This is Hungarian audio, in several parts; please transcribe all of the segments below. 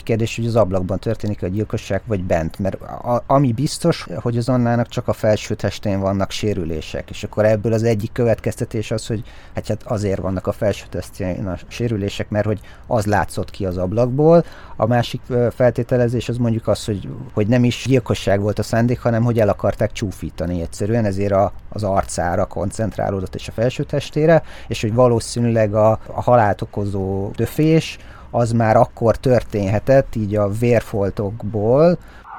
Kérdés, hogy az ablakban történik a gyilkosság, vagy bent, mert ami biztos, hogy az Annának csak a felső testén vannak sérülések, és akkor ebből az egyik következtetés az, hogy hát azért vannak a felső testén a sérülések, mert hogy az látszott ki az ablakból. A másik feltételezés az mondjuk az, hogy nem is gyilkosság volt a szándék, hanem hogy el akarták csúfítani egyszerűen, ezért az arcára koncentrálódott és a felső testére, és hogy valószínűleg a halált okozó döfés az már akkor történhetett, így a vérfoltokból.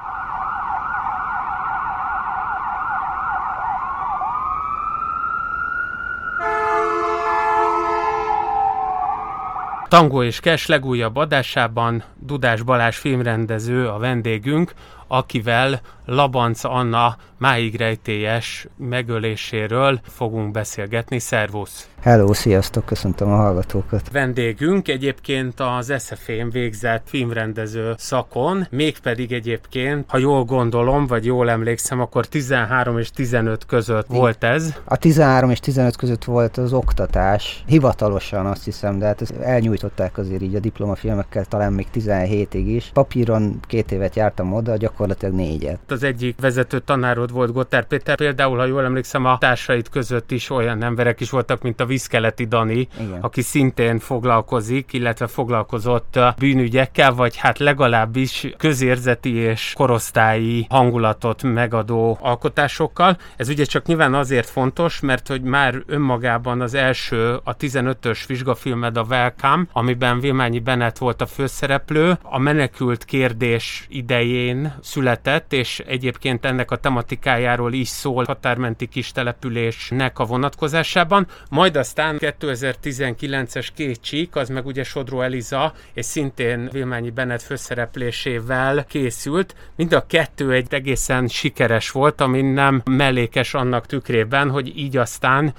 Tango és Cash legújabb adásában Dudás Balázs filmrendező a vendégünk, akivel Labanc Anna máig rejtélyes megöléséről fogunk beszélgetni. Szervusz! Hello, sziasztok, köszöntöm a hallgatókat! Vendégünk egyébként az SZF-én végzett filmrendező szakon, mégpedig egyébként, ha jól gondolom, vagy jól emlékszem, akkor 13 és 15 között volt ez. A 13 és 15 között volt az oktatás, hivatalosan azt hiszem, de hát ezt elnyújtották azért így a diplomafilmekkel, talán még 17-ig is. Papíron 2 évet jártam oda, gyakorlatilag 4-et. Az egyik vezető tanárod volt Gotthard Péter, például, ha jól emlékszem, a társait között is olyan emberek is voltak, mint a Viszkeleti Dani, igen, aki szintén foglalkozik, illetve foglalkozott bűnügyekkel, vagy hát legalábbis közérzeti és korosztályi hangulatot megadó alkotásokkal. Ez ugye csak nyilván azért fontos, mert hogy már önmagában az első, a 15-ös vizsgafilmed, a Welcome, amiben Villmányi Bennett volt a főszereplő, a menekült kérdés idején született, és egyébként ennek a tematikájáról is szól határmenti kis településnek a vonatkozásában. Majd aztán 2019-es Két csík, az meg ugye Sodró Eliza, és szintén Villmányi Bennett főszereplésével készült. Mind a kettő egy egészen sikeres volt, ami nem mellékes annak tükrében, hogy így aztán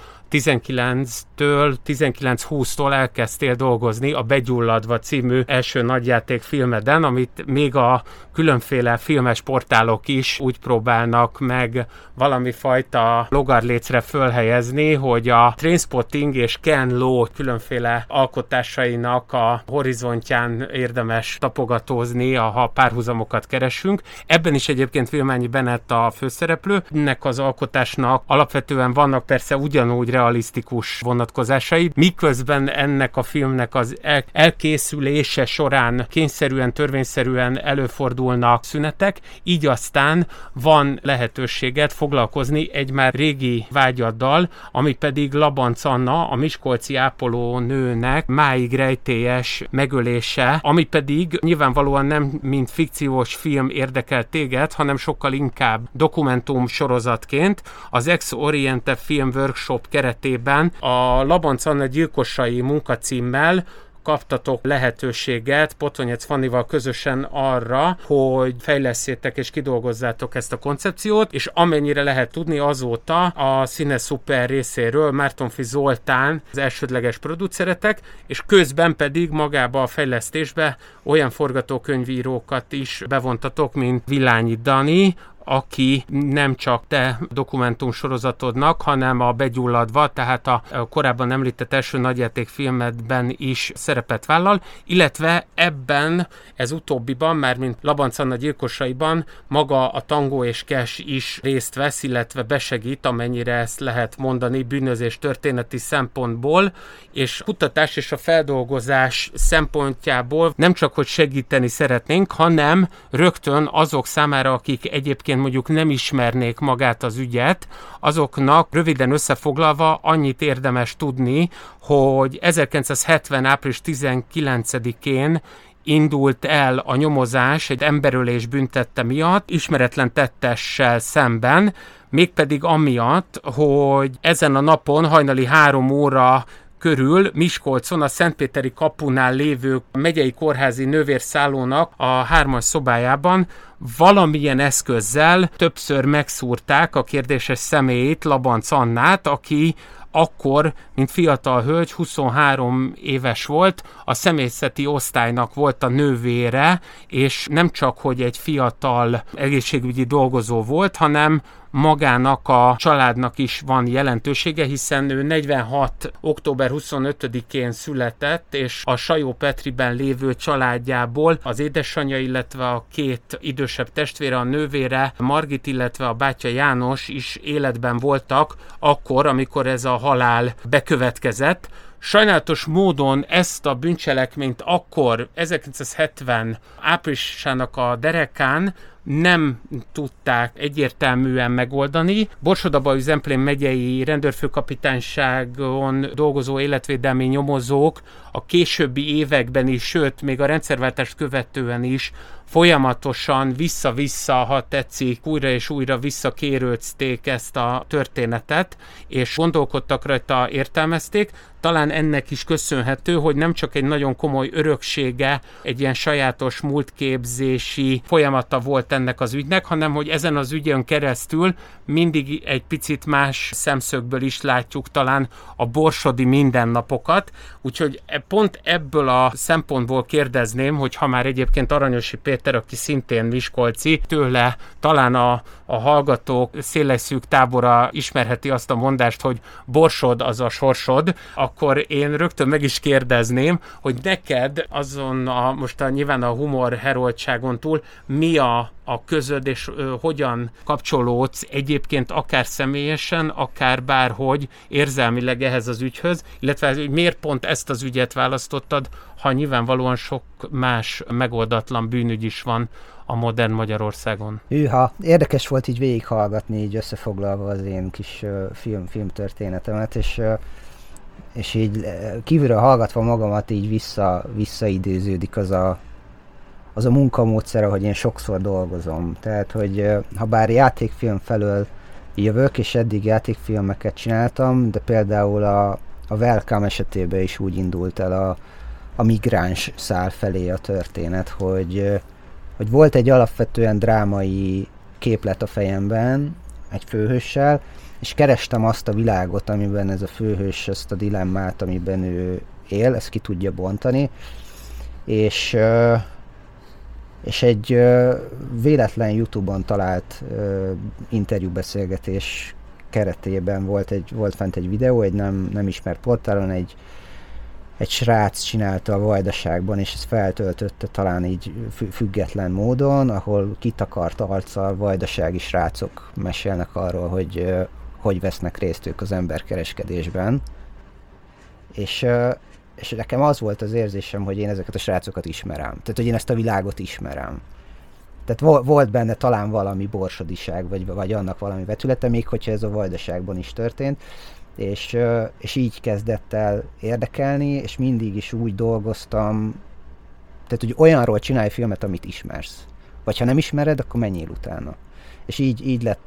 19-20-tól elkezdtél dolgozni a Begyulladva című első nagyjátékfilmeden, amit még a különféle filmes portálok is úgy próbálnak meg valami fajta logarlécre fölhelyezni, hogy a Trainspotting és Ken Loach különféle alkotásainak a horizontján érdemes tapogatózni, ha párhuzamokat keresünk. Ebben is egyébként Villmányi Bennett a főszereplő. Ennek az alkotásnak alapvetően vannak persze ugyanúgy realisztikus vonatkozásai, miközben ennek a filmnek az elkészülése során kényszerűen, törvényszerűen előfordulnak szünetek, így aztán van lehetőséget foglalkozni egy már régi vágyaddal, ami pedig Labanc Anna, a miskolci ápolónőnek máig rejtélyes megölése, ami pedig nyilvánvalóan nem mint fikciós film érdekel téged, hanem sokkal inkább dokumentum sorozatként az Ex Oriente Film Workshop keretében a Labanc Anna gyilkosai munkacímmel kaptatok lehetőséget Potonyec Fannival közösen arra, hogy fejlesszétek és kidolgozzátok ezt a koncepciót, és amennyire lehet tudni, azóta a Színe Szuper részéről Mártonffy Zoltán az elsődleges produceretek, és közben pedig magába a fejlesztésbe olyan forgatókönyvírókat is bevontatok, mint Villányi Dani, aki nem csak te dokumentumsorozatodnak, hanem a Begyulladva, tehát a korábban említett első nagyjátékfilmedben is szerepet vállal, illetve ebben, ez utóbbiban, mármint Labanc Anna gyilkosaiban maga a Tango és Cash is részt vesz, illetve besegít, amennyire ezt lehet mondani bűnözés történeti szempontból, és kutatás és a feldolgozás szempontjából nem csak, hogy segíteni szeretnénk, hanem rögtön azok számára, akik egyébként mondjuk nem ismernék magát az ügyet, azoknak röviden összefoglalva annyit érdemes tudni, hogy 1970. április 19-én indult el a nyomozás egy emberölés büntette miatt, ismeretlen tettessel szemben, mégpedig amiatt, hogy ezen a napon hajnali 3 óra körül Miskolcon a Szentpéteri kapunál lévő megyei kórházi nővérszállónak a 3-as szobájában valamilyen eszközzel többször megszúrták a kérdéses személyét, Labanc Annát, aki akkor, mint fiatal hölgy, 23 éves volt, a személyzeti osztálynak volt a nővére, és nem csak, hogy egy fiatal egészségügyi dolgozó volt, hanem magának a családnak is van jelentősége, hiszen ő 46. október 25-én született, és a Sajó Petriben lévő családjából az édesanyja, illetve a két idősebb testvére, a nővére Margit, illetve a bátyja János is életben voltak akkor, amikor ez a halál bekövetkezett. Sajnálatos módon ezt a bűncselekményt akkor 1970 áprilisának a derekán nem tudták egyértelműen megoldani. Borsod-Abaúj-Zemplén megyei rendőrfőkapitányságon dolgozó életvédelmi nyomozók a későbbi években is, sőt, még a rendszerváltást követően is folyamatosan vissza-vissza, ha tetszik, újra és újra visszakérőzték ezt a történetet, és gondolkodtak rajta, értelmezték. Talán ennek is köszönhető, hogy nem csak egy nagyon komoly öröksége, egy ilyen sajátos múltképzési folyamata volt ennek az ügynek, hanem hogy ezen az ügyön keresztül mindig egy picit más szemszögből is látjuk talán a borsodi mindennapokat. Úgyhogy pont ebből a szempontból kérdezném, hogy ha már egyébként Aranyosi Péter, aki szintén miskolci, tőle talán a hallgatók szélesszűk tábora ismerheti azt a mondást, hogy borsod az a sorsod, akkor én rögtön meg is kérdezném, hogy neked azon nyilván a humor heroldságon túl mi a közöd, és hogyan kapcsolódsz egyébként akár személyesen, akár bárhogy érzelmileg ehhez az ügyhöz, illetve hogy miért pont ezt az ügyet választottad, ha nyilvánvalóan sok más megoldatlan bűnügy is van a modern Magyarországon. Hűha, érdekes volt így végighallgatni, így összefoglalva az én kis filmtörténetemet, és így kívülről hallgatva magamat így visszaidéződik az a munkamódszer, ahogy én sokszor dolgozom. Tehát, hogy ha bár játékfilm felől jövök, és eddig játékfilmeket csináltam, de például a Welcome esetében is úgy indult el a migráns szál felé a történet, hogy volt egy alapvetően drámai képlet a fejemben, egy főhőssel, és kerestem azt a világot, amiben ez a főhős, ezt a dilemmát, amiben ő él, ezt ki tudja bontani, és egy véletlen YouTube-on talált interjúbeszélgetés keretében volt fent egy videó, egy nem ismert portálon, egy srác csinálta a Vajdaságban, és ezt feltöltötte talán így független módon, ahol kitakart arccal vajdasági srácok mesélnek arról, hogy vesznek részt ők az emberkereskedésben. És nekem az volt az érzésem, hogy én ezeket a srácokat ismerem. Tehát, hogy én ezt a világot ismerem. Tehát volt benne talán valami borsodiság, vagy annak valami vetülete, még hogyha ez a Vajdaságban is történt. És így kezdett el érdekelni, és mindig is úgy dolgoztam, tehát, hogy olyanról csinálj filmet, amit ismersz. Vagy ha nem ismered, akkor menjél utána. És így lett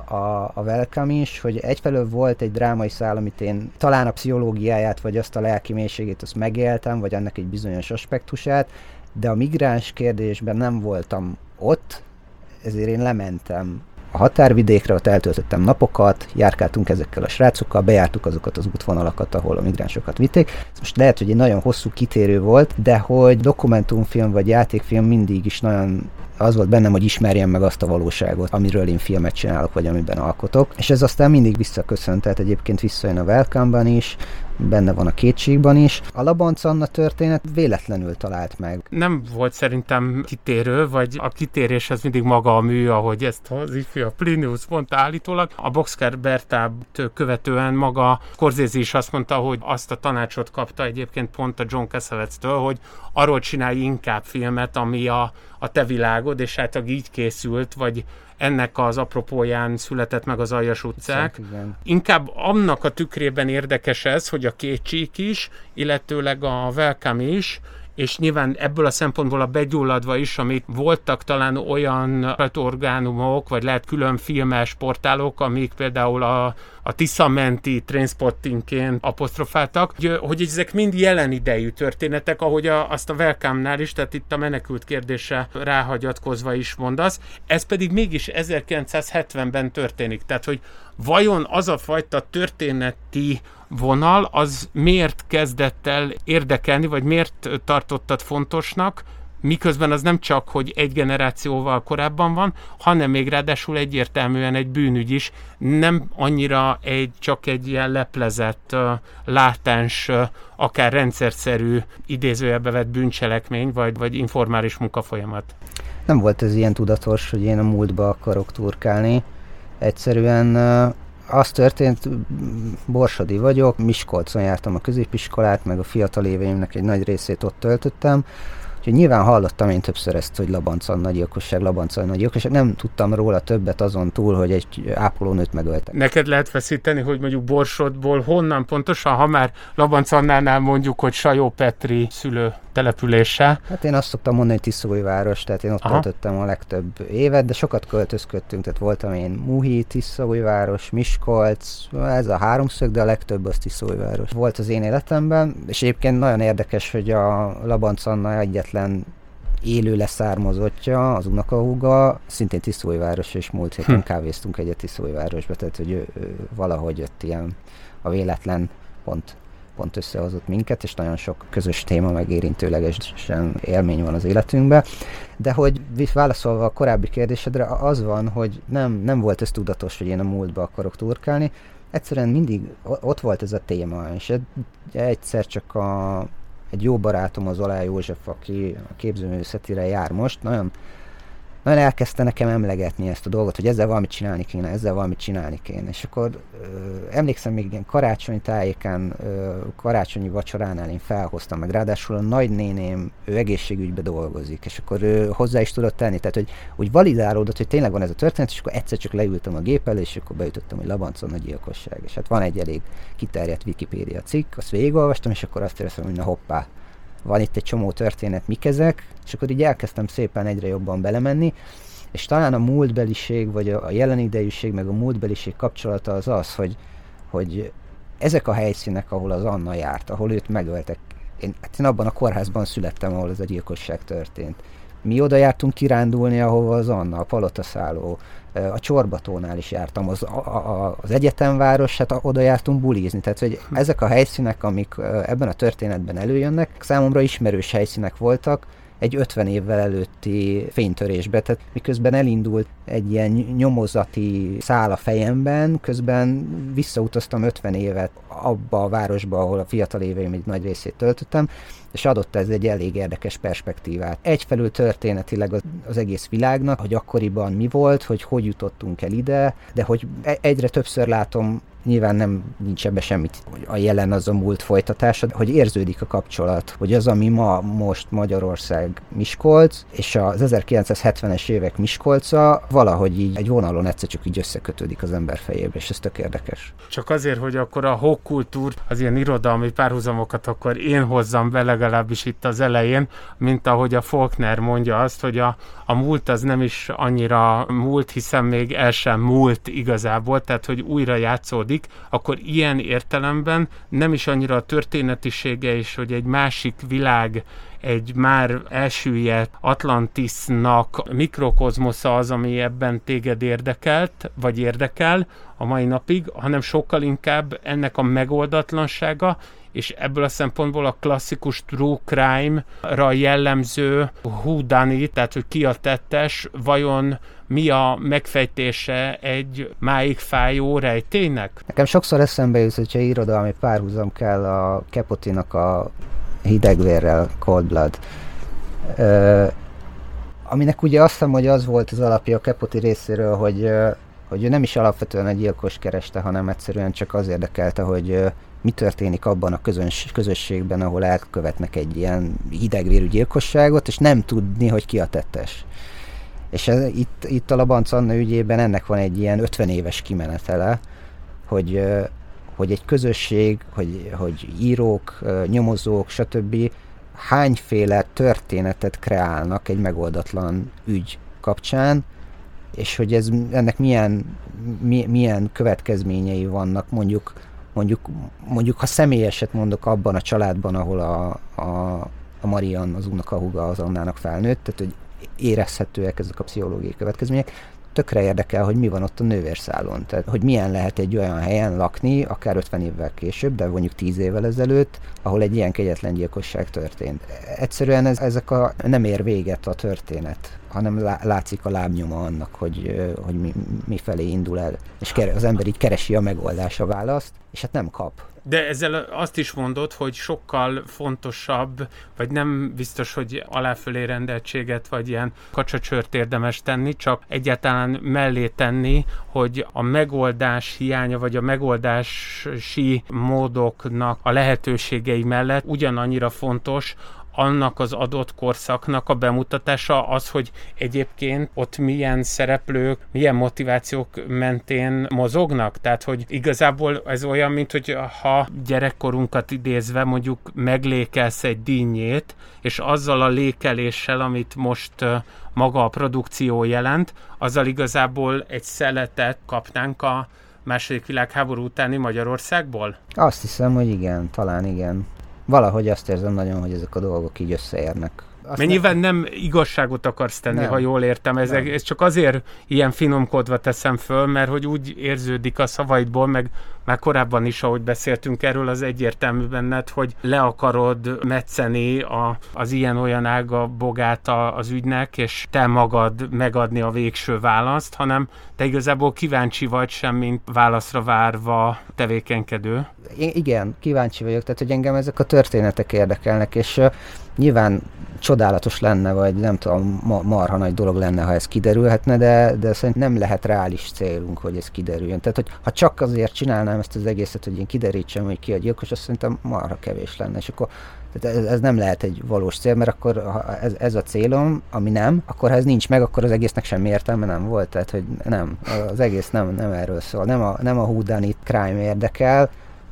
a Welcome is, hogy egyfelől volt egy drámai szál, amit én talán a pszichológiáját, vagy azt a lelki mélységét azt megéltem, vagy annak egy bizonyos aspektusát, de a migráns kérdésben nem voltam ott, ezért én lementem a határvidékre, ott eltöltöttem napokat, járkáltunk ezekkel a srácokkal, bejártuk azokat az útvonalakat, ahol a migránsokat vitték. Ez most lehet, hogy egy nagyon hosszú kitérő volt, de hogy dokumentumfilm vagy játékfilm mindig is nagyon az volt bennem, hogy ismerjem meg azt a valóságot, amiről én filmet csinálok, vagy amiben alkotok. És ez aztán mindig visszaköszönt, tehát egyébként visszajön a Welcome-ban is, benne van a Kétségban is. A Labanc Anna történet véletlenül talált meg. Nem volt szerintem kitérő, vagy a kitérés az mindig maga a mű, ahogy ezt az ifjú Plinius mondta állítólag. A Boxcar Bertát követően maga Scorsese is azt mondta, hogy azt a tanácsot kapta egyébként pont a John Cassavetes-től, hogy arról csinálj inkább filmet, ami a te világod, és hát így készült, vagy ennek az apropóján született meg az Aljas utcák. Inkább annak a tükrében érdekes ez, hogy a Kétsík is, illetőleg a Welcome is, és nyilván ebből a szempontból a Begyulladva is, amit voltak talán olyan orgánumok, vagy lehet külön filmes portálok, amik például a Tisza-menti Trainspottingként apostrofáltak, hogy ezek mind jelen idejű történetek, ahogy azt a Welcome-nál is, tehát itt a menekült kérdésre ráhagyatkozva is mondasz, ez pedig mégis 1970-ben történik. Tehát, hogy vajon az a fajta történeti vonal, az miért kezdett el érdekelni, vagy miért tartottad fontosnak, miközben az nem csak, hogy egy generációval korábban van, hanem még ráadásul egyértelműen egy bűnügy is, nem annyira csak egy ilyen leplezett, látens, akár rendszerszerű, idézőjelbe vett bűncselekmény, vagy informális munkafolyamat. Nem volt ez ilyen tudatos, hogy én a múltba akarok turkálni. Egyszerűen az történt, borsodi vagyok, Miskolcon jártam a középiskolát, meg a fiatal éveimnek egy nagy részét ott töltöttem, úgyhogy nyilván hallottam én többször ezt, hogy Labanc Anna gyilkosság, nem tudtam róla többet azon túl, hogy egy ápolónőt megöltek. Neked lehet feszíteni, hogy mondjuk Borsodból honnan pontosan, ha már Labanc Annánál mondjuk, hogy Sajó Petri szülő települése? Hát én azt szoktam mondani, hogy Tiszaújváros, tehát én ott töltöttem a legtöbb évet, de sokat költözködtünk, tehát voltam én Muhi, Tiszaújváros, Miskolc, ez a háromszög, de a legtöbb az Tiszaújváros. Volt az én életemben, és egyébként nagyon érdekes, hogy a Labanc Anna egyetlen élő leszármazottja, az unokahúga, szintén Tiszaújváros, és múlt héten kávéztunk egyet Tiszaújvárosba, tehát hogy ő valahogy ott ilyen a véletlen pont összehozott minket, és nagyon sok közös téma, meg érintőlegesen élmény van az életünkben. De hogy válaszolva a korábbi kérdésedre, az van, hogy nem volt ez tudatos, hogy én a múltba akarok turkálni. Egyszerűen mindig ott volt ez a téma, és egyszer csak egy jó barátom, az Olá József, aki a képzőművészetire jár most, nagyon elkezdte nekem emlegetni ezt a dolgot, hogy ezzel valamit csinálni kéne. És akkor emlékszem, még ilyen karácsonyi tájékán, karácsonyi vacsoránál én felhoztam, meg ráadásul a nagynéném, ő egészségügybe dolgozik, és akkor ő hozzá is tudott tenni, tehát hogy validálódott, hogy tényleg van ez a történet, és akkor egyszer csak leültem a gép elé, és akkor beütöttem, hogy Labanc Anna gyilkosság. És hát van egy elég kiterjedt Wikipédia cikk, azt végigolvastam, és akkor azt éreztem, hogy na hoppá, van itt egy csomó történet, mik ezek, és akkor így elkezdtem szépen egyre jobban belemenni, és talán a múltbeliség, vagy a jelenidejűség, meg a múltbeliség kapcsolata az, hogy ezek a helyszínek, ahol az Anna járt, ahol őt megöltek. Én abban a kórházban születtem, ahol ez a gyilkosság történt. Mi oda jártunk kirándulni, ahova az Anna, a Palotaszálló, a Csorbatónál is jártam, az egyetemváros, hát oda jártunk bulizni. Tehát, hogy ezek a helyszínek, amik ebben a történetben előjönnek, számomra ismerős helyszínek voltak, egy 50 évvel előtti fénytörésbe. Tehát miközben elindult egy ilyen nyomozati szál a fejemben, közben visszautaztam 50 évet abba a városba, ahol a fiatal éveim egy nagy részét töltöttem, és adott ez egy elég érdekes perspektívát. Egyfelől történetileg az egész világnak, hogy akkoriban mi volt, hogy jutottunk el ide, de hogy egyre többször látom, nyilván nincs ebben semmit, a jelen az a múlt folytatása, hogy érződik a kapcsolat, hogy az, ami most Magyarország Miskolc, és az 1970-es évek Miskolca valahogy így egy vonalon egyszer csak így összekötődik az ember fejébe, és ez tök érdekes. Csak azért, hogy akkor a hókultúr, az ilyen irodalmi párhuzamokat akkor én hozzam be legalábbis itt az elején, mint ahogy a Faulkner mondja azt, hogy a múlt az nem is annyira múlt, hiszen még el sem múlt igazából, tehát hogy újra játszódik, akkor ilyen értelemben nem is annyira a történetisége és hogy egy másik világ, egy már elsüllyedt Atlantisnak mikrokozmosza az, ami ebben téged érdekelt, vagy érdekel a mai napig, hanem sokkal inkább ennek a megoldatlansága, és ebből a szempontból a klasszikus true crime-ra jellemző who done it, tehát hogy ki a tettes, vajon mi a megfejtése egy máig fájó rejtének? Nekem sokszor eszembe jut, hogyha irodalmi párhuzam kell a Capote-nak a Hidegvérrel, Cold Blood. Aminek ugye azt hiszem, hogy az volt az alapja a Capote részéről, hogy ő nem is alapvetően egy gyilkos kereste, hanem egyszerűen csak az érdekelte, hogy mi történik abban a közösségben, ahol elkövetnek egy ilyen hidegvérű gyilkosságot, és nem tudni, hogy ki a tettes. És itt a Labanc Anna ügyében ennek van egy ilyen 50 éves kimenetele, hogy egy közösség, hogy írók, nyomozók, stb. Hányféle történetet kreálnak egy megoldatlan ügy kapcsán, és hogy ennek milyen következményei vannak, mondjuk ha személyeset mondok abban a családban, ahol a Marian, az unokahúga az Annának felnőtt, tehát hogy érezhetőek ezek a pszichológiai következmények, tökre érdekel, hogy mi van ott a nővérszálon. Tehát, hogy milyen lehet egy olyan helyen lakni, akár 50 évvel később, de mondjuk 10 évvel ezelőtt, ahol egy ilyen kegyetlen gyilkosság történt. Egyszerűen nem ér véget a történet, hanem látszik a lábnyoma annak, hogy mi felé indul el. És az ember így keresi a megoldás, a választ, és hát nem kap. De ezzel azt is mondod, hogy sokkal fontosabb, vagy nem biztos, hogy aláfölé rendeltséget, vagy ilyen kacsacsört érdemes tenni, csak egyáltalán mellé tenni, hogy a megoldás hiánya, vagy a megoldási módoknak a lehetőségei mellett ugyanannyira fontos, annak az adott korszaknak a bemutatása az, hogy egyébként ott milyen szereplők, milyen motivációk mentén mozognak. Tehát, hogy igazából ez olyan, mint hogy ha gyerekkorunkat idézve mondjuk meglékelsz egy dinnyét, és azzal a lékeléssel, amit most maga a produkció jelent, azzal igazából egy szeletet kapnánk a II. Világháború utáni Magyarországból? Azt hiszem, hogy igen, talán igen. Valahogy azt érzem nagyon, hogy ezek a dolgok így összeérnek. Nyilván nem igazságot akarsz tenni, nem. Ha jól értem. Ez csak azért ilyen finomkodva teszem föl, mert hogy úgy érződik a szavaidból, meg már korábban is, ahogy beszéltünk erről, az egyértelmű benned, hogy le akarod metszeni az ilyen-olyan ága bogát az ügynek, és te magad megadni a végső választ, hanem te igazából kíváncsi vagy, semmint válaszra várva tevékenykedő. Igen, kíváncsi vagyok, tehát hogy engem ezek a történetek érdekelnek, és nyilván csodálatos lenne, vagy nem tudom, marha nagy dolog lenne, ha ez kiderülhetne, de szerintem nem lehet reális célunk, hogy ez kiderüljön. Tehát, hogy ha csak azért csinálnám ezt az egészet, hogy én kiderítsem, hogy ki a gyilkos, azt szerintem marha kevés lenne. És akkor tehát ez nem lehet egy valós cél, mert akkor ha ez a célom, ami nem, akkor ha ez nincs meg, akkor az egésznek semmi értelme nem volt. Tehát, hogy nem, az egész nem erről szól. Nem a who done it crime érdekel.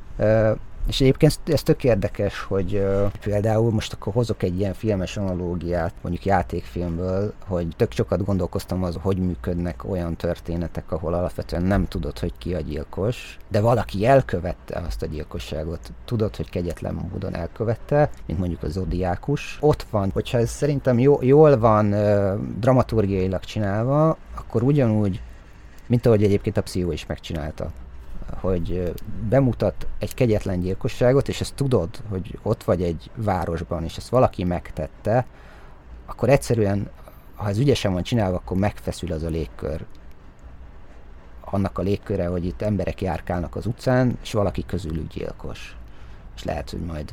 És egyébként ez tök érdekes, hogy például most akkor hozok egy ilyen filmes analógiát, mondjuk játékfilmből, hogy tök sokat gondolkoztam az, hogy működnek olyan történetek, ahol alapvetően nem tudod, hogy ki a gyilkos, de valaki elkövette azt a gyilkosságot, tudod, hogy kegyetlen módon elkövette, mint mondjuk a Zodiákus. Ott van, hogyha ez szerintem jól van dramaturgiailag csinálva, akkor ugyanúgy, mint ahogy egyébként a Pszichó is megcsinálta, hogy bemutat egy kegyetlen gyilkosságot, és ezt tudod, hogy ott vagy egy városban, és ezt valaki megtette, akkor egyszerűen, ha ez ügyesen van csinálva, akkor megfeszül az a légkör. Annak a légköre, hogy itt emberek járkálnak az utcán, és valaki közülük gyilkos. És lehet, hogy majd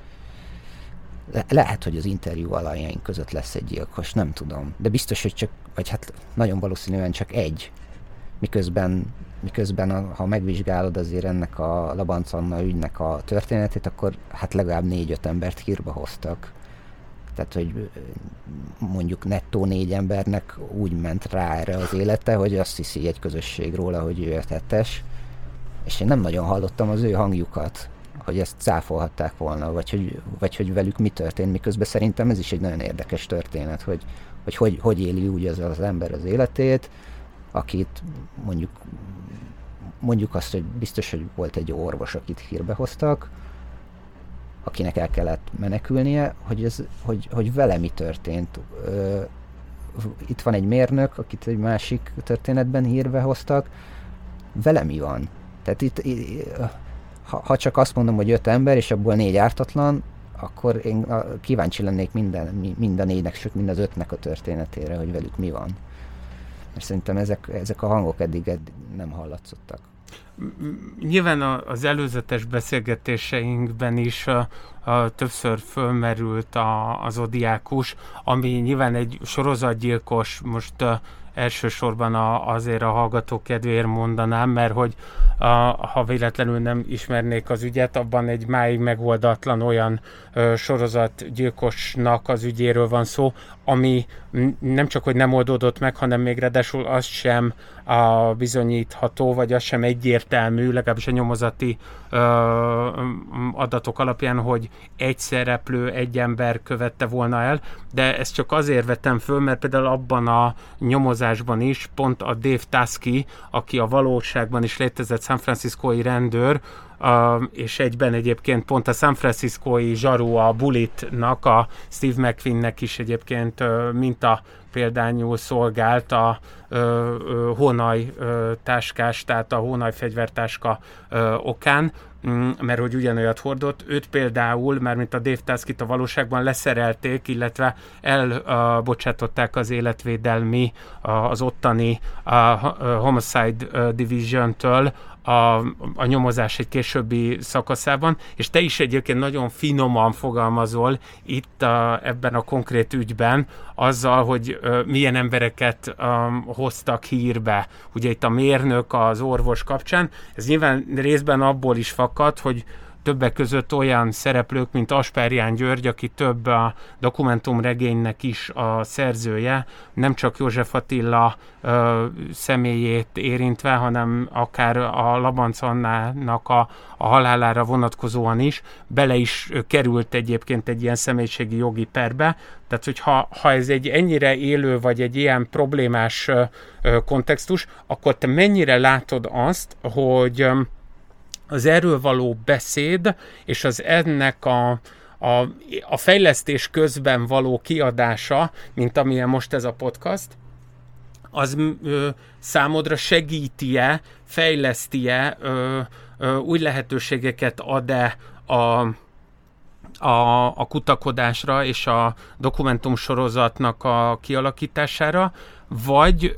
lehet, hogy az interjú alanyjaink között lesz egy gyilkos, nem tudom. De biztos, hogy csak, vagy hát nagyon valószínűen csak egy. Miközben ha megvizsgálod azért ennek a Labanc Anna ügynek a történetét, akkor hát legalább 4-5 embert hírba hoztak. Tehát, hogy mondjuk nettó 4 embernek úgy ment rá erre az élete, hogy azt hiszi egy közösség róla, hogy ő tettes. És én nem nagyon hallottam az ő hangjukat, hogy ezt cáfolhatták volna, vagy hogy velük mi történt, miközben szerintem ez is egy nagyon érdekes történet, hogy éli úgy az ember az életét, akit mondjuk azt, hogy biztos, hogy volt egy orvos, akit hírbe hoztak, akinek el kellett menekülnie, hogy vele mi történt. Itt van egy mérnök, akit egy másik történetben hírbe hoztak, vele mi van? Tehát ha csak azt mondom, hogy 5 ember, és abból 4 ártatlan, akkor én kíváncsi lennék mind a 4-nek, sőt mind az 5-nek a történetére, hogy velük mi van. Mert szerintem ezek a hangok eddig nem hallatszottak. Nyilván az előzetes beszélgetéseinkben is többször fölmerült a Zodiákus, ami nyilván egy sorozatgyilkos, most elsősorban azért a hallgató kedvéért mondanám, mert hogy ha véletlenül nem ismernék az ügyet, abban egy máig megoldatlan olyan sorozatgyilkosnak az ügyéről van szó, ami nem csak, hogy nem oldódott meg, hanem még ráadásul az sem bizonyítható, vagy az sem egyértelmű, legalábbis a nyomozati adatok alapján, hogy egy szereplő, egy ember követte volna el, de ezt csak azért vettem föl, mert például abban a nyomozásban is pont a Dave Tusky, aki a valóságban is létezett San Franciscói rendőr, és egyben egyébként pont a San Franciscói zsaru a Bullittnak, a Steve McQueennek is egyébként minta példányul szolgált a Honai táskás, tehát a Honai fegyvertáska okán, mert hogy ugyanolyat hordott. Őt például, mármint a Dave Tuskit a valóságban leszerelték, illetve elbocsátották az életvédelmi, az ottani Homicide Division-től a nyomozás egy későbbi szakaszában, és te is egyébként nagyon finoman fogalmazol itt ebben a konkrét ügyben, azzal, hogy milyen embereket hoztak hírbe. Ugye itt a mérnök, az orvos kapcsán, ez nyilván részben abból is fakad, hogy többek között olyan szereplők, mint Asperján György, aki több a dokumentumregénynek is a szerzője, nem csak József Attila személyét érintve, hanem akár a Labanc Annának a halálára vonatkozóan is, bele is került egyébként egy ilyen személyiségi jogi perbe. Tehát, hogy ha ez egy ennyire élő, vagy egy ilyen problémás kontextus, akkor te mennyire látod azt, hogy az erről való beszéd, és az ennek a fejlesztés közben való kiadása, mint amilyen most ez a podcast, az számodra segíti-e, fejleszti-e, új lehetőségeket ad-e a kutakodásra és a dokumentumsorozatnak a kialakítására, vagy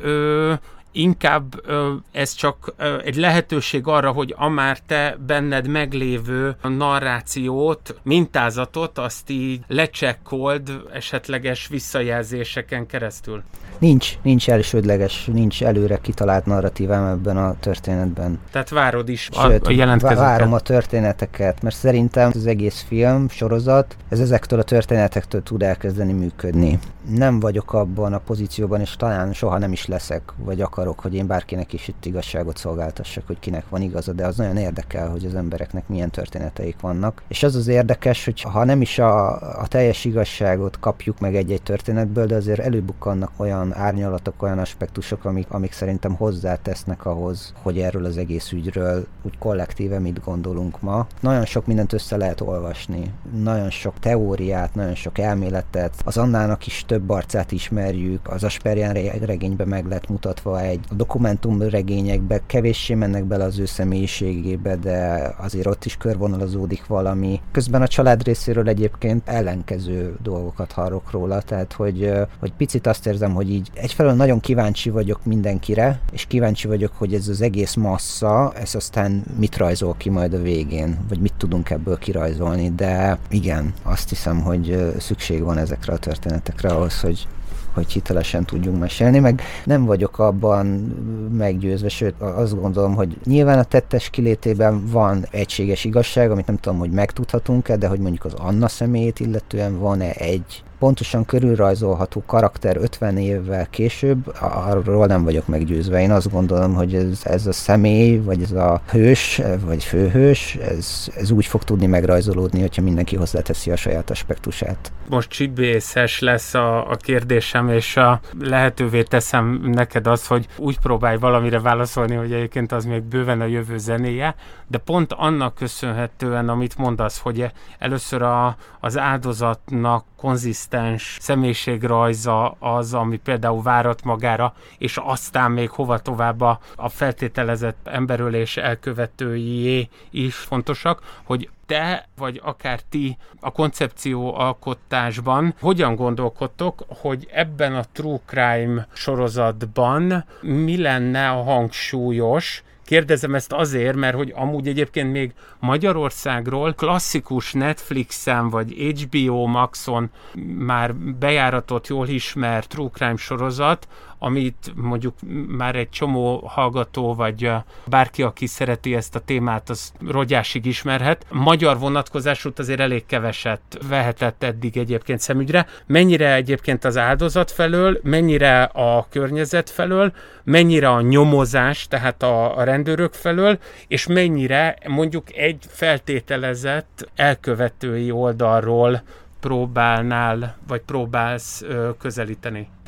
inkább ez csak egy lehetőség arra, hogy a már te benned meglévő narrációt, mintázatot, azt így lecsekkold esetleges visszajelzéseken keresztül. Nincs elsődleges, nincs előre kitalált narratívám ebben a történetben. Tehát várod is Sőt, a jelentkezőket. Várom a történeteket, mert szerintem az egész film, sorozat, ez ezektől a történetektől tud elkezdeni működni. Nem vagyok abban a pozícióban, és talán soha nem is leszek, vagy akarok, hogy én bárkinek is itt igazságot szolgáltassak, hogy kinek van igaza, de az nagyon érdekel, hogy az embereknek milyen történeteik vannak. És az érdekes, hogy ha nem is a teljes igazságot kapjuk meg egy-egy történetből, de azért előbukkannak olyan árnyalatok, olyan aspektusok, amik szerintem hozzátesznek ahhoz, hogy erről az egész ügyről úgy kollektíve mit gondolunk ma. Nagyon sok mindent össze lehet olvasni, nagyon sok teóriát, nagyon sok elméletet, az Annának is több arcát ismerjük, az Asperján regényben meg lett mutatva a dokumentumregényekbe kevéssé mennek bele az ő személyiségébe, de azért ott is körvonalazódik valami. Közben a család részéről egyébként ellenkező dolgokat hallok róla, tehát hogy picit azt érzem, hogy így egyfelől nagyon kíváncsi vagyok mindenkire, és kíváncsi vagyok, hogy ez az egész massza, ez aztán mit rajzol ki majd a végén, vagy mit tudunk ebből kirajzolni, de igen, azt hiszem, hogy szükség van ezekre a történetekre ahhoz, hogy hitelesen tudjunk mesélni, meg nem vagyok abban meggyőzve, sőt azt gondolom, hogy nyilván a tettes kilétében van egységes igazság, amit nem tudom, hogy megtudhatunk-e, de hogy mondjuk az Anna személyét illetően van-e egy pontosan körülrajzolható karakter 50 évvel később, arról nem vagyok meggyőzve. Én azt gondolom, hogy ez a személy, vagy ez a hős, vagy főhős, ez úgy fog tudni megrajzolódni, hogyha mindenki hozzáteszi a saját aspektusát. Most csibészes lesz a kérdésem, és lehetővé teszem neked azt, hogy úgy próbálj valamire válaszolni, hogy egyébként az még bőven a jövő zenéje, de pont annak köszönhetően, amit mondasz, hogy először az áldozatnak konzisztens személyiségrajza az, ami például várat magára, és aztán még hova tovább a feltételezett emberölés elkövetőié is fontosak, hogy te, vagy akár ti a koncepció alkotásban hogyan gondolkodtok, hogy ebben a True Crime sorozatban mi lenne a hangsúlyos? Kérdezem ezt azért, mert hogy amúgy egyébként még Magyarországról klasszikus Netflixen vagy HBO Maxon már bejáratott, jól ismert True Crime sorozat, amit mondjuk már egy csomó hallgató, vagy bárki, aki szereti ezt a témát, az rogyásig ismerhet. Magyar vonatkozásút azért elég keveset vehetett eddig egyébként szemügyre. Mennyire egyébként az áldozat felől, mennyire a környezet felől, mennyire a nyomozás, tehát a rendőrök felől, és mennyire mondjuk egy feltételezett elkövetői oldalról próbálnál, vagy próbálsz közelíteni?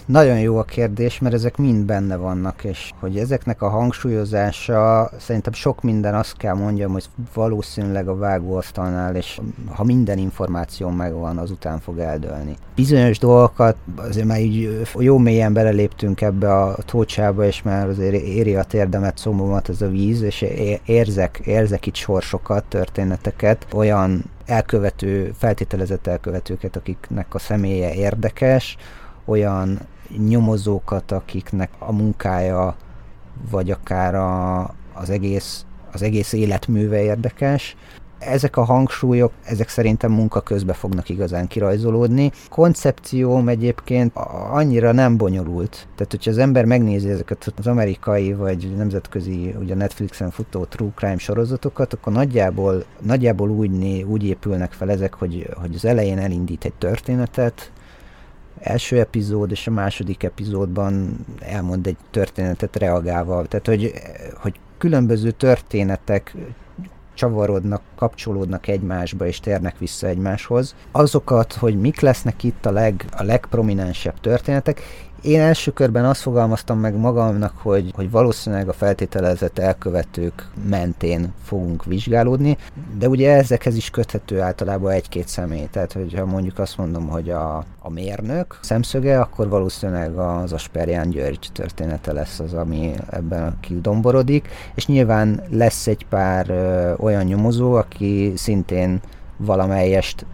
Nagyon jó a kérdés, mert ezek mind benne vannak, és hogy ezeknek a hangsúlyozása, szerintem sok minden, azt kell mondjam, hogy valószínűleg a vágóasztalnál, és ha minden információ megvan, azután fog eldőlni. Bizonyos dolgokat azért már így jó mélyen beleléptünk ebbe a tócsába, és már azért éri a térdemet, szomorúmat ez a víz, és érzek itt sorsokat, történeteket, olyan feltételezett elkövetőket, akiknek a személye érdekes, olyan nyomozókat, akiknek a munkája, vagy akár az egész életműve érdekes. Ezek a hangsúlyok, ezek szerintem munka közben fognak igazán kirajzolódni. Koncepcióm egyébként annyira nem bonyolult. Tehát, hogyha az ember megnézi ezeket az amerikai vagy nemzetközi, ugye Netflixen futó true crime sorozatokat, akkor nagyjából úgy épülnek fel ezek, hogy az elején elindít egy történetet, első epizód és a második epizódban elmond egy történetet reagálva. Tehát, hogy különböző történetek csavarodnak, kapcsolódnak egymásba és térnek vissza egymáshoz. Azokat, hogy mik lesznek itt a legprominensebb történetek, én első körben azt fogalmaztam meg magamnak, hogy valószínűleg a feltételezett elkövetők mentén fogunk vizsgálódni, de ugye ezekhez is köthető általában egy-két személy. Tehát, hogyha mondjuk azt mondom, hogy a mérnök szemszöge, akkor valószínűleg az Asperján György története lesz az, ami ebben kidomborodik, és nyilván lesz egy pár olyan nyomozó, aki szintén valamelyest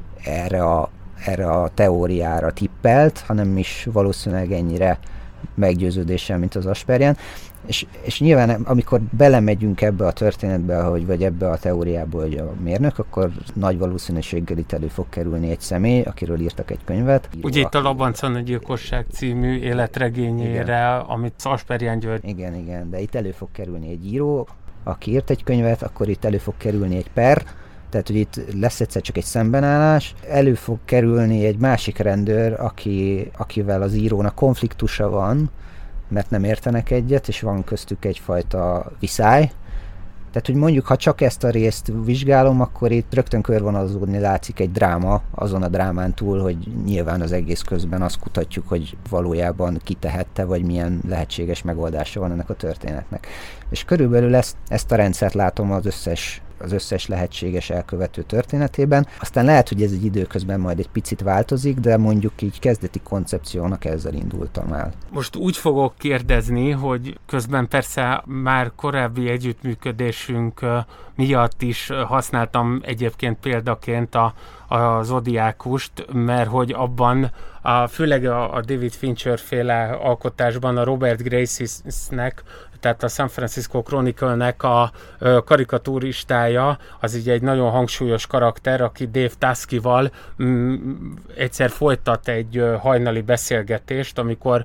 erre a teóriára tippelt, hanem is valószínűleg ennyire meggyőződéssel, mint az Asperján. És nyilván, amikor belemegyünk ebbe a történetbe, vagy ebbe a teóriába, hogy a mérnök, akkor nagy valószínűséggel itt elő fog kerülni egy személy, akiről írtak egy könyvet. Ugye itt a Labancon a gyilkosság című életregényére, igen, amit Asperján György... Igen, de itt elő fog kerülni egy író, aki írt egy könyvet, akkor itt elő fog kerülni egy per, tehát, hogy itt lesz egyszer csak egy szembenállás, elő fog kerülni egy másik rendőr, akivel az írónak konfliktusa van, mert nem értenek egyet, és van köztük egyfajta viszály. Tehát, hogy mondjuk, ha csak ezt a részt vizsgálom, akkor itt rögtön körvonalazódni látszik egy dráma, azon a drámán túl, hogy nyilván az egész közben azt kutatjuk, hogy valójában kitehette, vagy milyen lehetséges megoldása van ennek a történetnek. És körülbelül ezt a rendszert látom az összes lehetséges elkövető történetében. Aztán lehet, hogy ez egy időközben majd egy picit változik, de mondjuk így kezdeti koncepciónak ezzel indultam el. Most úgy fogok kérdezni, hogy közben persze már korábbi együttműködésünk miatt is használtam egyébként példaként a Zodiákust, mert hogy abban főleg a David Fincher féle alkotásban a Robert Gracie-nek, tehát a San Francisco Chronicle-nek a karikaturistája, az így egy nagyon hangsúlyos karakter, aki Dave Taschival egyszer folytat egy hajnali beszélgetést, amikor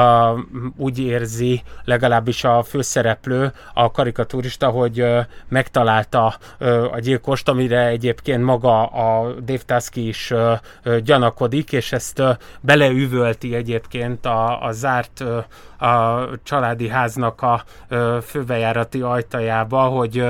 úgy érzi, legalábbis a főszereplő, a karikaturista, hogy megtalálta a gyilkost, amire egyébként maga a Dave Taschi is gyanakodik, és ezt beleüvölti egyébként a zárt a családi háznak a főbejárati ajtajába, hogy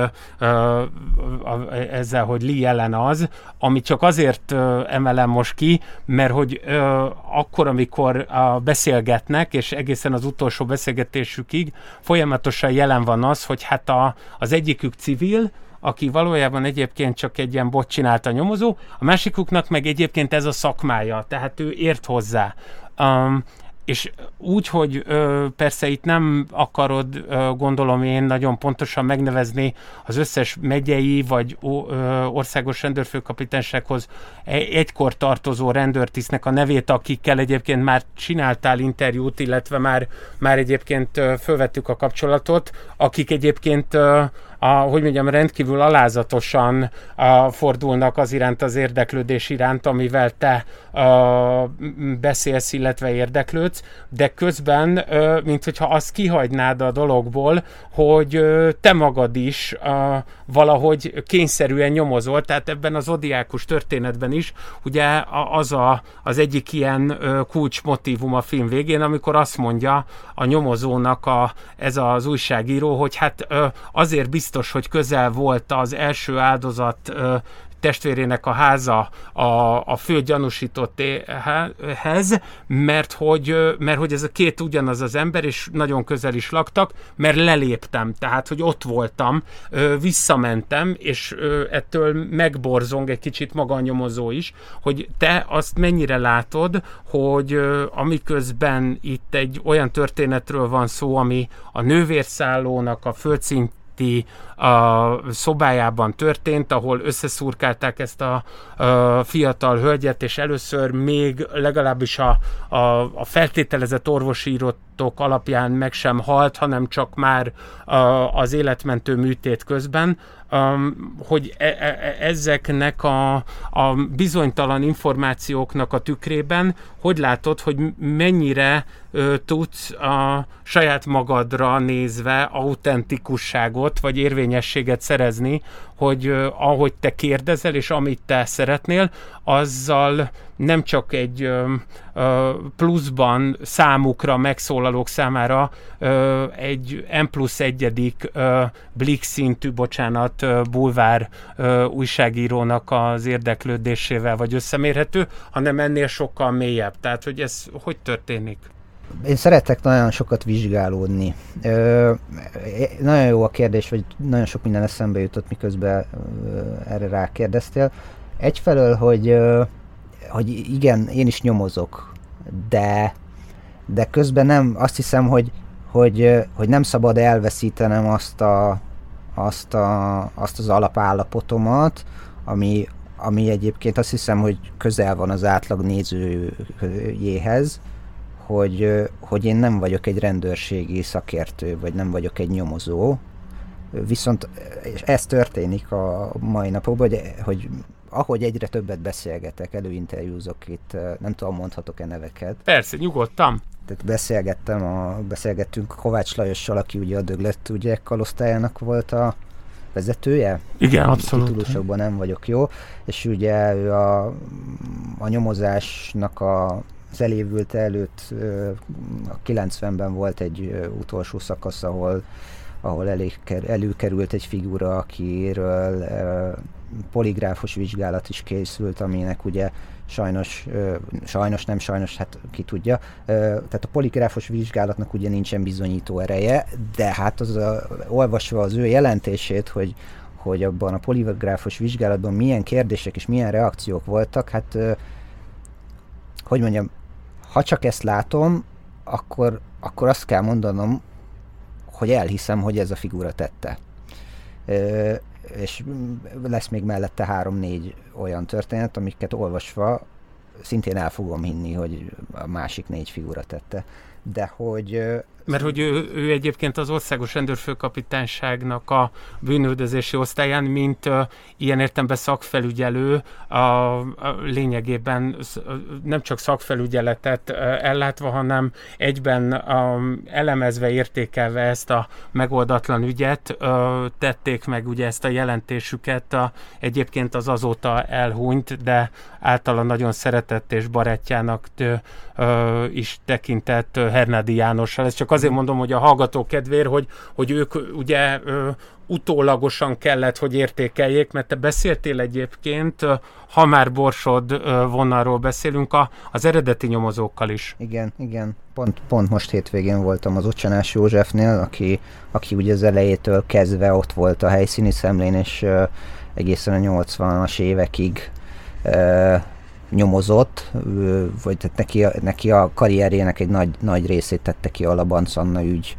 ezzel, hogy Lee Allen az, ami csak azért emelem most ki, mert hogy akkor, amikor beszélgetnek, és egészen az utolsó beszélgetésükig folyamatosan jelen van az, hogy hát az egyikük civil, aki valójában egyébként csak egy ilyen bot csinálta nyomozó, a másikuknak meg egyébként ez a szakmája, tehát ő ért hozzá. És úgy, hogy persze itt nem akarod, gondolom én, nagyon pontosan megnevezni az összes megyei vagy országos rendőrfőkapitánysághoz egykor tartozó rendőrtisztnek a nevét, akikkel egyébként már csináltál interjút, illetve már egyébként fölvettük a kapcsolatot, akik egyébként rendkívül alázatosan fordulnak az iránt, az érdeklődés iránt, amivel te beszélsz, illetve érdeklődsz, de közben, mint hogyha azt kihagynád a dologból, hogy te magad is valahogy kényszerűen nyomozol, tehát ebben az Zodiákus történetben is, ugye az egyik ilyen kulcsmotívum a film végén, amikor azt mondja a nyomozónak ez az újságíró, hogy hát azért biztos, hogy közel volt az első áldozat testvérének a háza a fő gyanúsítottéhez, mert hogy ez a két ugyanaz az ember, és nagyon közel is laktak, mert leléptem, tehát, hogy ott voltam, visszamentem, és ettől megborzong egy kicsit maga a nyomozó is, hogy te azt mennyire látod, hogy amiközben itt egy olyan történetről van szó, ami a nővérszállónak a földszinti a szobájában történt, ahol összeszurkálták ezt a fiatal hölgyet, és először még legalábbis a feltételezett orvosi iratok alapján meg sem halt, hanem csak már az életmentő műtét közben, hogy ezeknek a bizonytalan információknak a tükrében, hogy látod, hogy mennyire tudsz a saját magadra nézve autentikusságot, vagy érvényességet szerezni, hogy ahogy te kérdezel, és amit te szeretnél, azzal nem csak egy pluszban számukra, megszólalók számára egy N+1 Blick szintű, bulvár újságírónak az érdeklődésével vagy összemérhető, hanem ennél sokkal mélyebb. Tehát, hogy ez hogy történik? Én szeretek nagyon sokat vizsgálódni. Nagyon jó a kérdés, vagy nagyon sok minden eszembe jutott, miközben erre rákérdeztél. Egyfelől, hogy igen, én is nyomozok, de közben nem, azt hiszem, hogy nem szabad elveszítenem azt az alapállapotomat, ami egyébként azt hiszem, hogy közel van az átlag nézőjéhez, hogy én nem vagyok egy rendőrségi szakértő, vagy nem vagyok egy nyomozó. Viszont ez történik a mai napokban, hogy ahogy egyre többet beszélgetek, előinterjúzok itt, nem tudom, mondhatok-e neveket. Persze, nyugodtan. Tehát beszélgettünk Kovács Lajossal, aki ugye a Döglött ügyek kalosztályának volt a vezetője. Igen, abszolút. Titulusokban nem vagyok jó, és ugye ő a nyomozásnak az elévülte előtt a 90-ben volt egy utolsó szakasz, ahol előkerült egy figura, akiről poligráfos vizsgálat is készült, aminek ugye sajnos, hát ki tudja. Tehát a poligráfos vizsgálatnak ugye nincsen bizonyító ereje, de hát olvasva az ő jelentését, hogy abban a poligráfos vizsgálatban milyen kérdések és milyen reakciók voltak, hát hogy mondjam, ha csak ezt látom, akkor azt kell mondanom, hogy elhiszem, hogy ez a figura tette. És lesz még mellette 3-4 olyan történet, amiket olvasva szintén el fogom hinni, hogy a másik 4 figura tette. De hogy... Mert hogy ő egyébként az Országos Rendőrfőkapitányságnak a bűnüldözési osztályán, mint ilyen értelemben szakfelügyelő, lényegében nem csak szakfelügyeletet ellátva, hanem egyben elemezve, értékelve ezt a megoldatlan ügyet, tették meg ugye ezt a jelentésüket egyébként az azóta elhunyt, de általa nagyon szeretett és barátjának is tekintett Hernádi Jánossal. Ez csak azért mondom, hogy a hallgató kedvéért, hogy ők ugye utólagosan kellett, hogy értékeljék, mert te beszéltél egyébként, ha már Borsod vonalról beszélünk, az eredeti nyomozókkal is. Igen. Pont most hétvégén voltam az Ocsanás Józsefnél, aki ugye az elejétől kezdve ott volt a helyszíni szemlén, és egészen a 80-as évekig nyomozott, vagy neki a karrierjének egy nagy részét tette ki a Labanc Anna ügy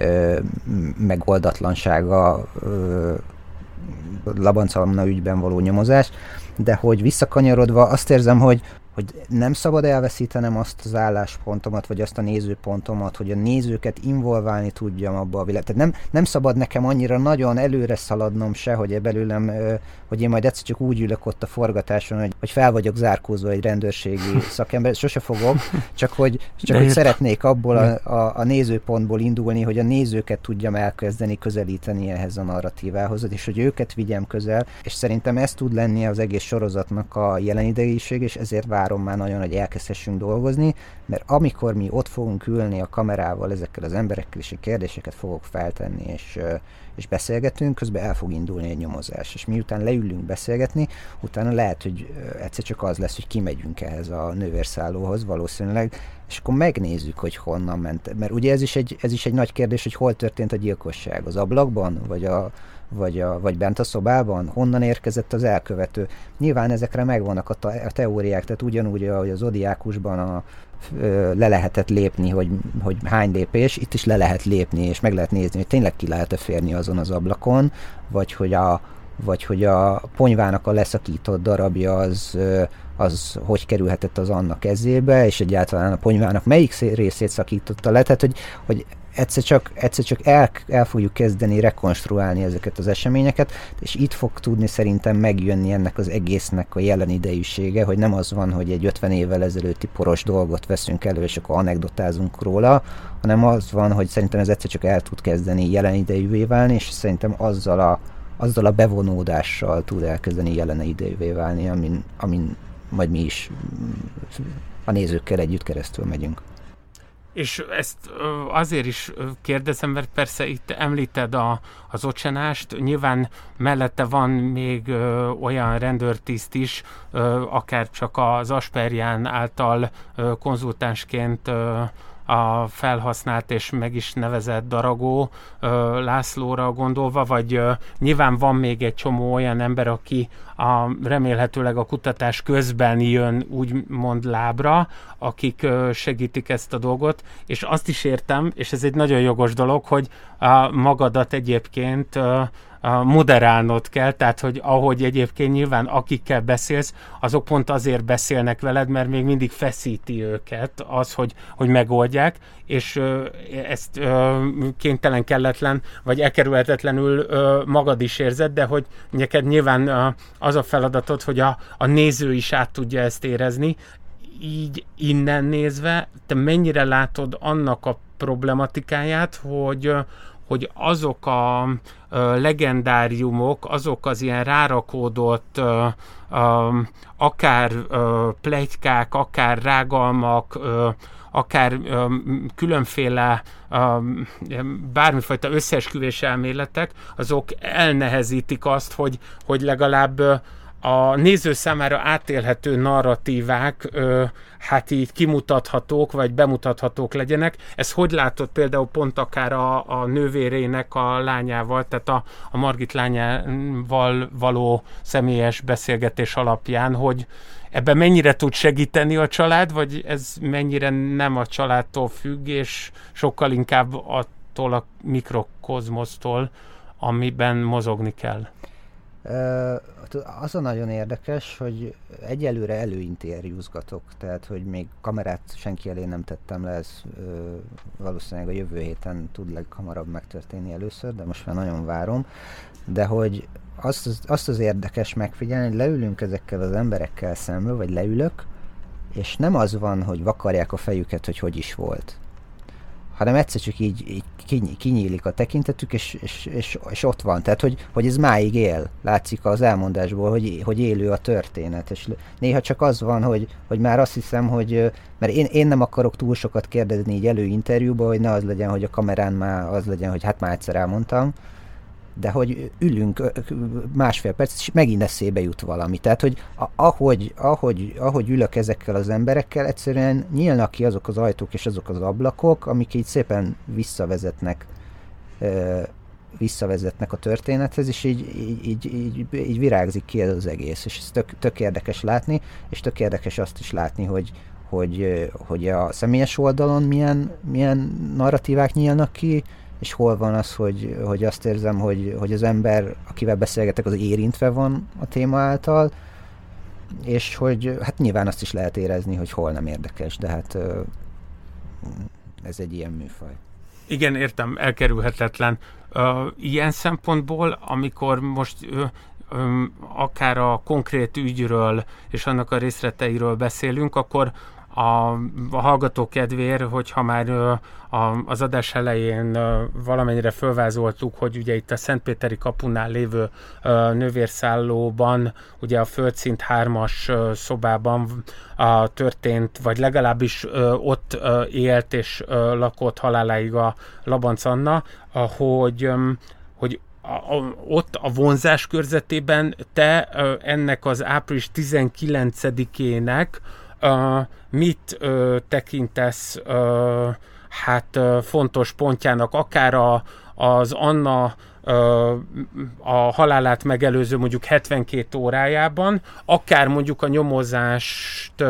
megoldatlansága, Labanc Anna ügyben való nyomozás, de hogy visszakanyarodva azt érzem, hogy nem szabad elveszítenem azt az álláspontomat, vagy azt a nézőpontomat, hogy a nézőket involválni tudjam abba a világ. Tehát nem szabad nekem annyira nagyon előre szaladnom se, hogy belőlem, hogy én majd egyszer csak úgy ülök ott a forgatáson, hogy fel vagyok zárkózva egy rendőrségi szakember. Sose fogok, csak hogy szeretnék abból a nézőpontból indulni, hogy a nézőket tudjam elkezdeni közelíteni ehhez a narratívához, és hogy őket vigyem közel, és szerintem ez tud lenni az egész sorozatnak a jelen idejiség, és ezért várom várom már nagyon, hogy elkezdhessünk dolgozni, mert amikor mi ott fogunk ülni a kamerával, ezekkel az emberekkel, és kérdéseket fogok feltenni, és beszélgetünk, közben el fog indulni egy nyomozás. És miután leülünk beszélgetni, utána lehet, hogy egyszer csak az lesz, hogy kimegyünk ehhez a nővérszállóhoz valószínűleg, és akkor megnézzük, hogy honnan ment. Mert ugye ez is egy nagy kérdés, hogy hol történt a gyilkosság. Az ablakban, vagy bent a szobában? Honnan érkezett az elkövető? Nyilván ezekre megvannak a teóriák, tehát ugyanúgy, ahogy az Zodiákusban le lehetett lépni, hogy hány lépés, itt is le lehet lépni, és meg lehet nézni, hogy tényleg ki lehet-e férni azon az ablakon, vagy hogy a ponyvának a leszakított darabja az hogy kerülhetett az Anna kezébe, és egyáltalán a ponyvának melyik részét szakította le, tehát hogy egyszer csak el fogjuk kezdeni rekonstruálni ezeket az eseményeket, és itt fog tudni szerintem megjönni ennek az egésznek a jelen idejűsége, hogy nem az van, hogy egy 50 évvel ezelőtti poros dolgot veszünk elő, és akkor anekdotázunk róla, hanem az van, hogy szerintem ez egyszer csak el tud kezdeni jelen idejűvé válni, és szerintem azzal a bevonódással tud elkezdeni jelen idejűvé válni, amin majd mi is a nézőkkel együtt keresztül megyünk. És ezt azért is kérdezem, mert persze itt említed az ocsenást, nyilván mellette van még olyan rendőrtiszt is, akár csak az Asperján által konzultánsként felhasznált és meg is nevezett Daragó Lászlóra gondolva, vagy nyilván van még egy csomó olyan ember, aki remélhetőleg a kutatás közben jön úgymond lábra, akik segítik ezt a dolgot, és azt is értem, és ez egy nagyon jogos dolog, hogy magadat egyébként moderálnod kell, tehát hogy ahogy egyébként nyilván akikkel beszélsz, azok pont azért beszélnek veled, mert még mindig feszíti őket az, hogy megoldják, és ezt kénytelen, kelletlen, vagy elkerülhetetlenül magad is érzed, de hogy neked nyilván az a feladatod, hogy a néző is át tudja ezt érezni. Így innen nézve, te mennyire látod annak a problematikáját, hogy azok a legendáriumok, azok az ilyen rárakódott akár pletykák, akár rágalmak, akár különféle bármifajta összeesküvés elméletek, azok elnehezítik azt, hogy legalább a néző számára átélhető narratívák hát így kimutathatók, vagy bemutathatók legyenek. Ez hogy látod például pont akár a nővérének a lányával, tehát a Margit lányával való személyes beszélgetés alapján, hogy ebben mennyire tud segíteni a család, vagy ez mennyire nem a családtól függ, és sokkal inkább attól a mikrokozmosztól, amiben mozogni kell? Az a nagyon érdekes, hogy egyelőre előinterjúzgatok, tehát hogy még kamerát senki elé nem tettem le, ez valószínűleg a jövő héten tud leghamarabb megtörténni először, de most már nagyon várom, de hogy azt az érdekes megfigyelni, hogy leülünk ezekkel az emberekkel szembe, vagy leülök, és nem az van, hogy vakarják a fejüket, hogy is volt, hanem egyszer csak így kinyílik a tekintetük, és ott van. Tehát, hogy ez máig él. Látszik az elmondásból, hogy élő a történet. És néha csak az van, hogy már azt hiszem, hogy mert én nem akarok túl sokat kérdezni így előinterjúba, hogy ne az legyen, hogy a kamerán már az legyen, hogy hát már egyszer elmondtam, de hogy ülünk másfél perc, és megint eszébe jut valami. Tehát, hogy ahogy ülök ezekkel az emberekkel, egyszerűen nyílnak ki azok az ajtók és azok az ablakok, amik így szépen visszavezetnek a történethez, és így virágzik ki ez az egész. És ez tök érdekes látni, és tök érdekes azt is látni, hogy a személyes oldalon milyen narratívák nyílnak ki, és hol van az, hogy azt érzem, hogy az ember, akivel beszélgetek, az érintve van a téma által, és hogy hát nyilván azt is lehet érezni, hogy hol nem érdekes, de hát ez egy ilyen műfaj. Igen, értem, elkerülhetetlen. Ilyen szempontból, amikor most akár a konkrét ügyről és annak a részleteiről beszélünk, akkor a hallgató kedvér, hogyha már az adás elején valamennyire fölvázoltuk, hogy ugye itt a Szentpéteri kapunál lévő nővérszállóban, ugye a földszint 3-as szobában történt, vagy legalábbis ott élt és lakott haláláig a Labanc Anna, hogy ott a vonzás körzetében te ennek az április 19-ének mit tekintesz fontos pontjának, akár az Anna a halálát megelőző mondjuk 72 órájában, akár mondjuk a nyomozást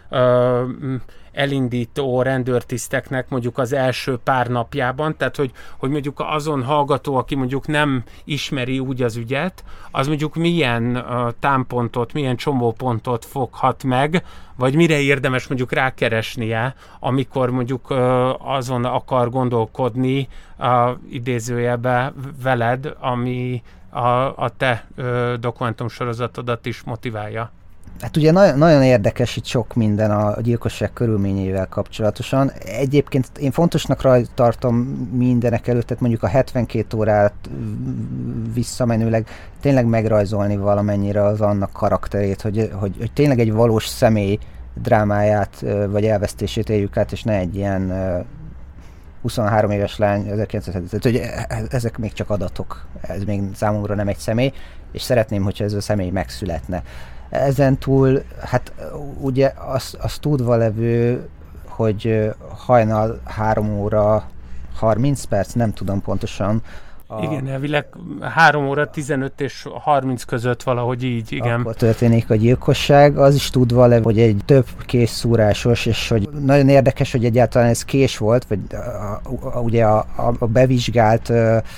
elindító rendőrtiszteknek mondjuk az első pár napjában, tehát hogy mondjuk azon hallgató, aki mondjuk nem ismeri úgy az ügyet, az mondjuk milyen támpontot, milyen csomópontot foghat meg, vagy mire érdemes mondjuk rákeresnie, amikor mondjuk azon akar gondolkodni idézőjelbe veled, ami a te dokumentumsorozatodat is motiválja. Hát ugye nagyon érdekes itt sok minden a gyilkosság körülményeivel kapcsolatosan. Egyébként én fontosnak tartom mindenek előtt, tehát mondjuk a 72 órát visszamenőleg tényleg megrajzolni valamennyire az annak karakterét, hogy tényleg egy valós személy drámáját vagy elvesztését éljük át, és ne egy ilyen 23 éves lány 1970, tehát hogy ezek még csak adatok, ez még számomra nem egy személy, és szeretném, hogyha ez a személy megszületne. Ezen túl, hát ugye az tudva levő, hogy hajnal 3 óra 30 perc, nem tudom pontosan. Igen, elvileg 3 óra 15 és 30 között valahogy így, igen. Akkor történik a gyilkosság, az is tudva levő, hogy egy több készszúrásos, és hogy nagyon érdekes, hogy egyáltalán ez kés volt, vagy ugye a bevizsgált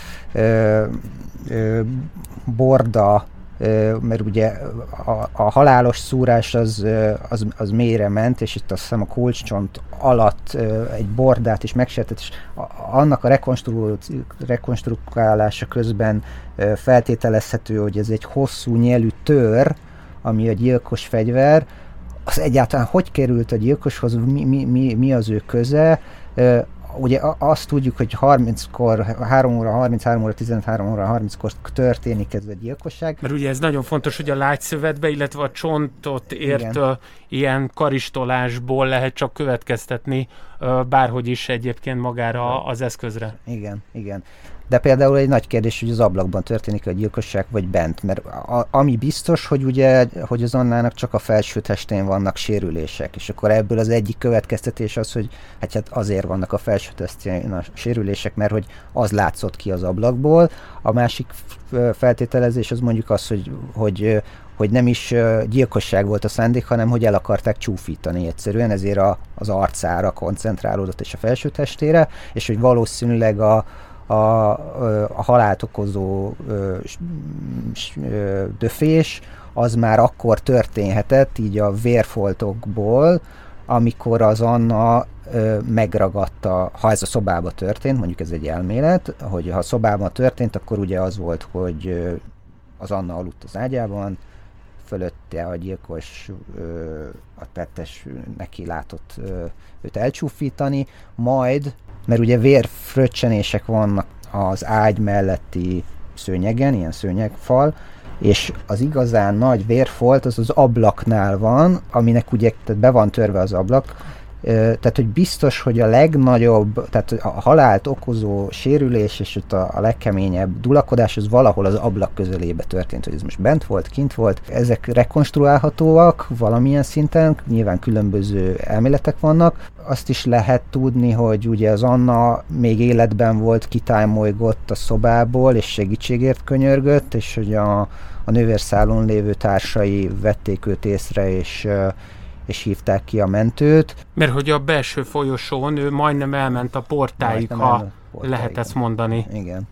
borda, mert ugye a halálos szúrás az mélyre ment, és itt azt hiszem a kulcscsont alatt egy bordát is megsértett, és annak a rekonstruálása közben feltételezhető, hogy ez egy hosszú nyelű tör, ami a gyilkos fegyver. Az egyáltalán hogy került a gyilkoshoz, mi az ő köze? Ugye azt tudjuk, hogy 30-kor, 3 óra 30, 3 óra 15, 3 óra 30-kor történik ez a gyilkosság. Mert ugye ez nagyon fontos, hogy a lágyszövetbe, illetve a csontot ért ilyen karistolásból lehet csak következtetni bárhogy is egyébként magára az eszközre. Igen. De például egy nagy kérdés, hogy az ablakban történik a gyilkosság, vagy bent, mert ami biztos, hogy az Annának csak a felső testén vannak sérülések, és akkor ebből az egyik következtetés az, hogy hát azért vannak a felső testén a sérülések, mert hogy az látszott ki az ablakból. A másik feltételezés az mondjuk az, hogy nem is gyilkosság volt a szándék, hanem hogy el akarták csúfítani egyszerűen, ezért az arcára koncentrálódott és a felső testére, és hogy valószínűleg a halált okozó döfés az már akkor történhetett, így a vérfoltokból, amikor az Anna megragadta, ha ez a szobában történt, mondjuk ez egy elmélet, hogy ha a szobában történt, akkor ugye az volt, hogy az Anna aludt az ágyában, fölötte a gyilkos, a tettes neki látott őt elcsúfítani, majd, mert ugye vérfröccsenések vannak az ágy melletti szőnyegen, ilyen szőnyegfal, és az igazán nagy vérfolt az ablaknál van, aminek ugye be van törve az ablak, tehát hogy biztos, hogy a legnagyobb, tehát a halált okozó sérülés és ott a legkeményebb dulakodás az valahol az ablak közelébe történt, hogy ez most bent volt, kint volt. Ezek rekonstruálhatóak valamilyen szinten, nyilván különböző elméletek vannak. Azt is lehet tudni, hogy ugye az Anna még életben volt, kitámolygott a szobából, és segítségért könyörgött, és hogy a nővérszálon lévő társai vették őt észre, és hívták ki a mentőt. Mert hogy a belső folyosón ő majdnem elment a portáig, ha lehet ezt mondani. Igen.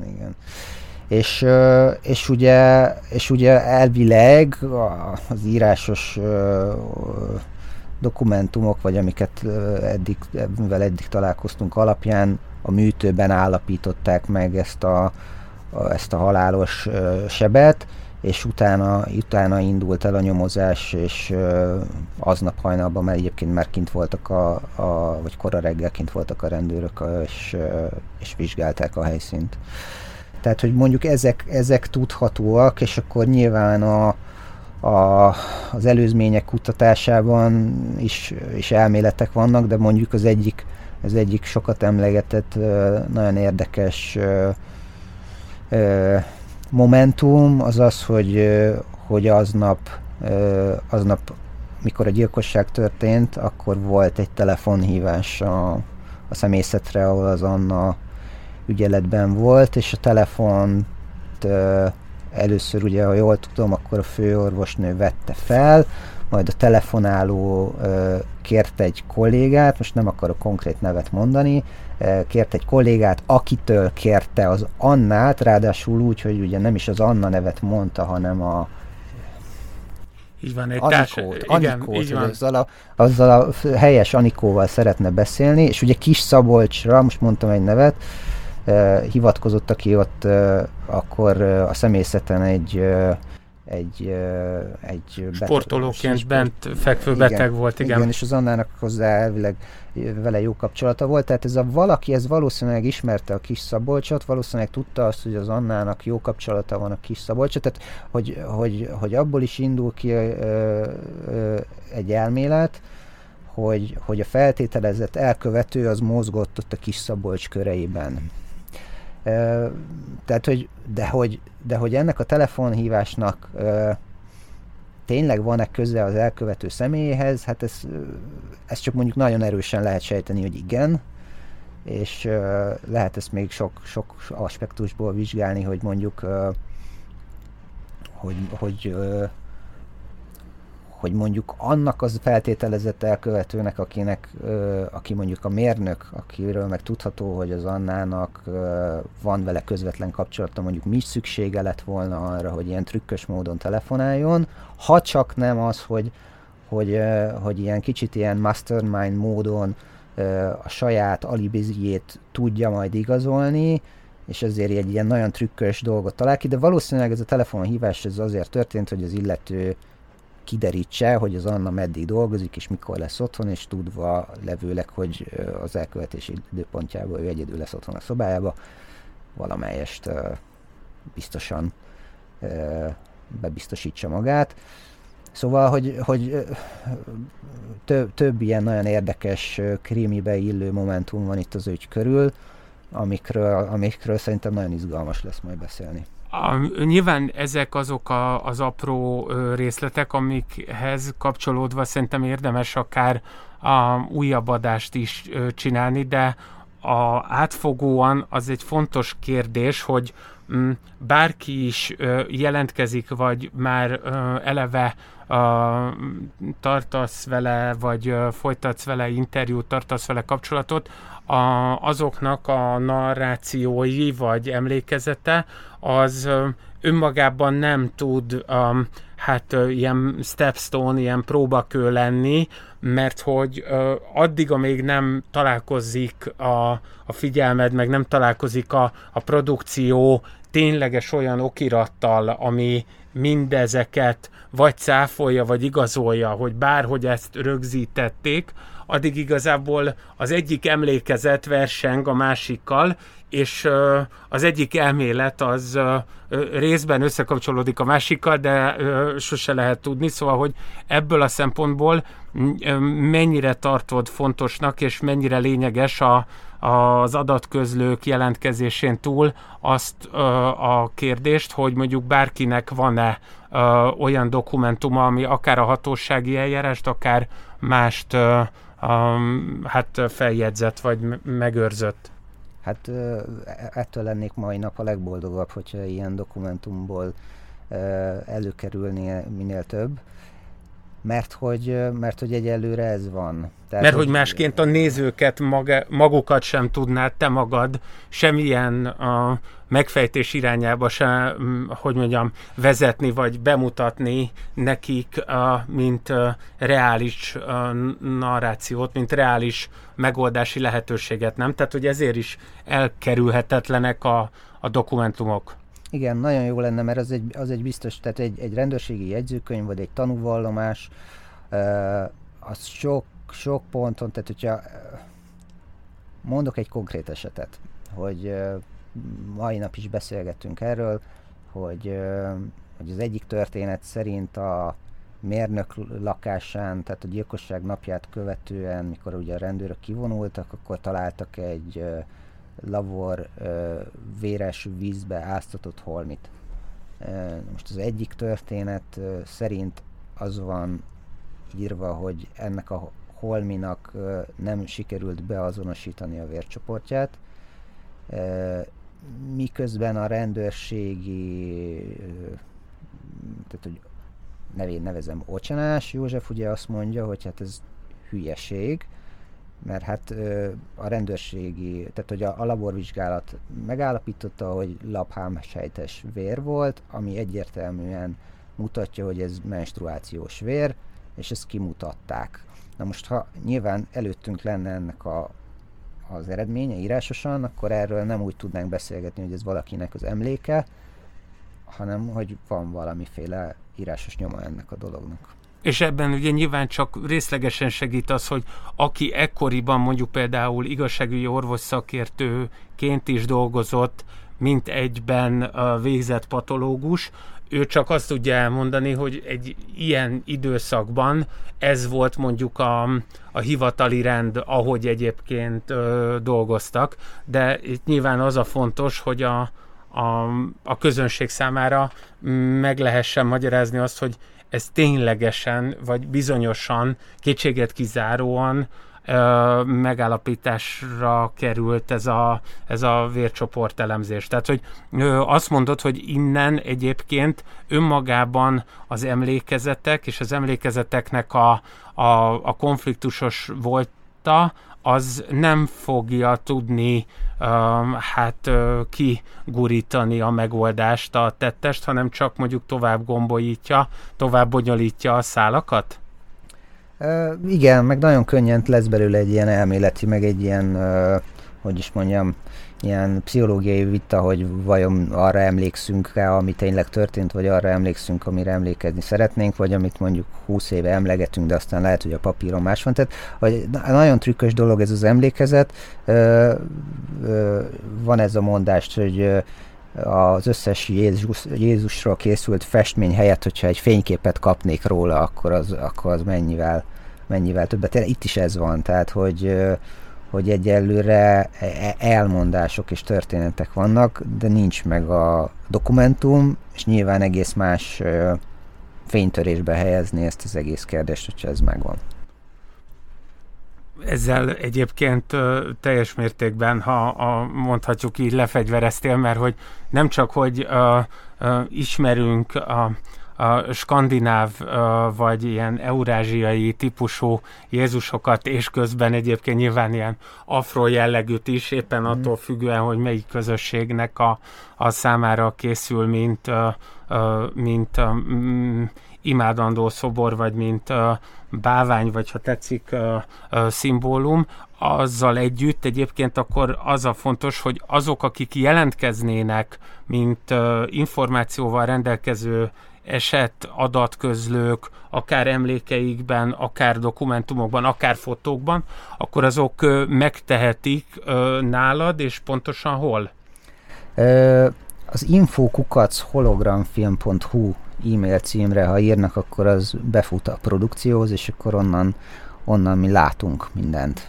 És ugye elvileg az írásos dokumentumok, vagy amiket eddig találkoztunk alapján a műtőben állapították meg ezt a halálos sebet, és utána indult el a nyomozás, és aznap hajnalban már egyébként már kint voltak vagy kora reggel kint voltak a rendőrök, és vizsgálták a helyszínt. Tehát, hogy mondjuk ezek tudhatóak, és akkor nyilván az előzmények kutatásában is elméletek vannak, de mondjuk az egyik sokat emlegetett, nagyon érdekes momentum az, hogy aznap, mikor a gyilkosság történt, akkor volt egy telefonhívás a személyzetre, ahol az Anna ügyeletben volt, és a telefont először ugye, ha jól tudom, akkor a főorvosnő vette fel, majd a telefonáló kért egy kollégát, most nem akarok konkrét nevet mondani, kért egy kollégát, akitől kérte az Annát, ráadásul úgy, hogy ugye nem is az Anna nevet mondta, hanem így van, egy Anikót, azzal a helyes Anikóval szeretne beszélni, és ugye Kis Szabolcsra, most mondtam egy nevet, hivatkozott, aki ott akkor a személyzeten egy sportolóként bent fekvő beteg volt, igen. Igen, és az Annának hozzá elvileg vele jó kapcsolata volt, tehát ez a valaki, ez valószínűleg ismerte a Kis Szabolcsot, valószínűleg tudta azt, hogy az Annának jó kapcsolata van a Kis Szabolcsot, tehát hogy abból is indul ki egy elmélet, hogy a feltételezett elkövető az mozgott ott a Kis Szabolcs köreiben. Tehát, hogy ennek a telefonhívásnak tényleg van-e köze az elkövető személyéhez, hát ez csak mondjuk nagyon erősen lehet sejteni, hogy igen, és lehet ezt még sok aspektusból vizsgálni, hogy mondjuk hogy mondjuk annak az feltételezett elkövetőnek, aki mondjuk a mérnök, akiről meg tudható, hogy az Annának van vele közvetlen kapcsolata, mondjuk mi szüksége lett volna arra, hogy ilyen trükkös módon telefonáljon, ha csak nem az, hogy ilyen kicsit ilyen mastermind módon a saját alibizjét tudja majd igazolni, és ezért egy ilyen nagyon trükkös dolgot talál ki, de valószínűleg ez a telefonhívás ez azért történt, hogy az illető kiderítse, hogy az Anna meddig dolgozik, és mikor lesz otthon, és tudva levőleg, hogy az elkövetési időpontjában ő egyedül lesz otthon a szobájába, valamelyest biztosan bebiztosítsa magát. Szóval, hogy több ilyen nagyon érdekes krímibe illő momentum van itt az ügy körül, amikről szerintem nagyon izgalmas lesz majd beszélni. Nyilván ezek azok az apró részletek, amikhez kapcsolódva szerintem érdemes akár újabb adást is csinálni, de átfogóan az egy fontos kérdés, hogy bárki is jelentkezik, vagy már eleve tartasz vele, vagy folytatsz vele interjút, tartasz vele kapcsolatot, azoknak a narrációi vagy emlékezete az önmagában nem tud ilyen stepstone, ilyen próbakő lenni, mert hogy addig, amíg nem találkozik a figyelmed, meg nem találkozik a produkció tényleges olyan okirattal, ami mindezeket vagy cáfolja, vagy igazolja, hogy bárhogy ezt rögzítették, addig igazából az egyik emlékezet verseng a másikkal, és az egyik elmélet az részben összekapcsolódik a másikkal, de sose lehet tudni, szóval, hogy ebből a szempontból mennyire tartod fontosnak, és mennyire lényeges az adatközlők jelentkezésén túl azt a kérdést, hogy mondjuk bárkinek van-e olyan dokumentuma, ami akár a hatósági eljárást, akár mást feljegyzett, vagy megőrzött. Hát ettől lennék mai nap a legboldogabb, hogyha ilyen dokumentumból előkerülnie minél több, mert hogy egyelőre ez van. Tehát, mert hogy másként a nézőket magukat sem tudnád te magad semmilyen megfejtés irányába sem, vezetni, vagy bemutatni nekik, mint reális narrációt, mint reális megoldási lehetőséget, nem? Tehát, hogy ezért is elkerülhetetlenek a dokumentumok. Igen, nagyon jó lenne, mert az egy biztos, tehát egy rendőrségi jegyzőkönyv, vagy egy tanúvallomás, az sok ponton, tehát hogyha mondok egy konkrét esetet, hogy mai nap is beszélgettünk erről, hogy az egyik történet szerint a mérnök lakásán, tehát a gyilkosság napját követően, mikor ugye a rendőrök kivonultak, akkor találtak egy lavor véres vízbe áztatott holmit. Most az egyik történet szerint az van írva, hogy ennek a holminak nem sikerült beazonosítani a vércsoportját, miközben a rendőrségi, tehát hogy nevén nevezem Ocsanás József ugye azt mondja, hogy hát ez hülyeség, mert hát a rendőrségi, tehát hogy a laborvizsgálat megállapította, hogy labhámsejtes vér volt, ami egyértelműen mutatja, hogy ez menstruációs vér, és ezt kimutatták. Na most, ha nyilván előttünk lenne ennek az eredménye írásosan, akkor erről nem úgy tudnánk beszélgetni, hogy ez valakinek az emléke, hanem hogy van valamiféle írásos nyoma ennek a dolognak. És ebben ugye nyilván csak részlegesen segít az, hogy aki ekkoriban mondjuk például igazságügyi orvos szakértőként is dolgozott, mint egyben végzett patológus, ő csak azt tudja elmondani, hogy egy ilyen időszakban ez volt mondjuk a hivatali rend, ahogy egyébként dolgoztak, de itt nyilván az a fontos, hogy a közönség számára meg lehessen magyarázni azt, hogy ez ténylegesen, vagy bizonyosan, kétséget kizáróan megállapításra került ez a vércsoport elemzés. Tehát, hogy azt mondod, hogy innen egyébként önmagában az emlékezetek, és az emlékezeteknek a konfliktusos volta, az nem fogja tudni kigurítani a megoldást, a tettest, hanem csak mondjuk tovább gombolítja, tovább bonyolítja a szálakat? Igen, meg nagyon könnyen lesz belőle egy ilyen elméleti, meg egy ilyen, hogy is mondjam, ilyen pszichológiai vita, hogy vajon arra emlékszünk rá, ami tényleg történt, vagy arra emlékszünk, amire emlékezni szeretnénk, vagy amit mondjuk 20 éve emlegetünk, de aztán lehet, hogy a papíron más van. Tehát hogy nagyon trükkös dolog ez az emlékezet. Van ez a mondás, hogy az összes Jézusról készült festmény helyett, hogyha egy fényképet kapnék róla, akkor az mennyivel többet. Itt is ez van, tehát hogy egyelőre elmondások és történetek vannak, de nincs meg a dokumentum, és nyilván egész más fénytörésbe helyezni ezt az egész kérdést, hogyha ez megvan. Ezzel egyébként teljes mértékben, ha mondhatjuk így, lefegyvereztél, mert hogy nem csak, hogy ismerünk a skandináv vagy ilyen eurázsiai típusú Jézusokat, és közben egyébként nyilván ilyen afro jellegűt is, éppen attól függően, hogy melyik közösségnek a számára készül, mint imádandó szobor, vagy mint bávány, vagy ha tetszik szimbólum, azzal együtt egyébként akkor az a fontos, hogy azok, akik jelentkeznének, mint információval rendelkező adatközlők, akár emlékeikben, akár dokumentumokban, akár fotókban, akkor azok megtehetik nálad, és pontosan hol? Az info@hologramfilm.hu e-mail címre, ha írnak, akkor az befut a produkcióhoz, és akkor onnan mi látunk mindent.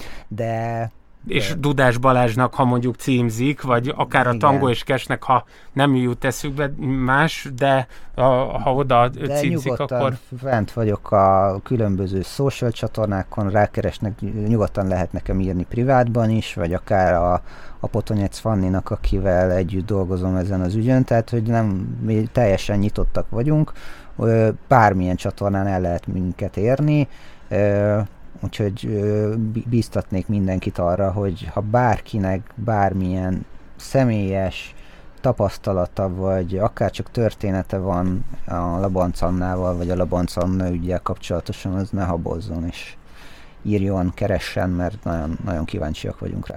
És Dudás Balázsnak, ha mondjuk címzik, vagy akár a Tango és Kesnek, ha nem jut eszükbe más, de ha oda címzik, akkor... fent vagyok a különböző social csatornákon, rákeresnek, nyugodtan lehet nekem írni privátban is, vagy akár a Potonyec Fanninak, akivel együtt dolgozom ezen az ügyön, tehát hogy mi teljesen nyitottak vagyunk, bármilyen csatornán el lehet minket érni, úgyhogy bíztatnék mindenkit arra, hogy ha bárkinek bármilyen személyes tapasztalata, vagy akár csak története van a Labanc Annával, vagy a Labanc Anna üggyel kapcsolatosan, az ne habozzon, és írjon, keressen, mert nagyon, nagyon kíváncsiak vagyunk rá.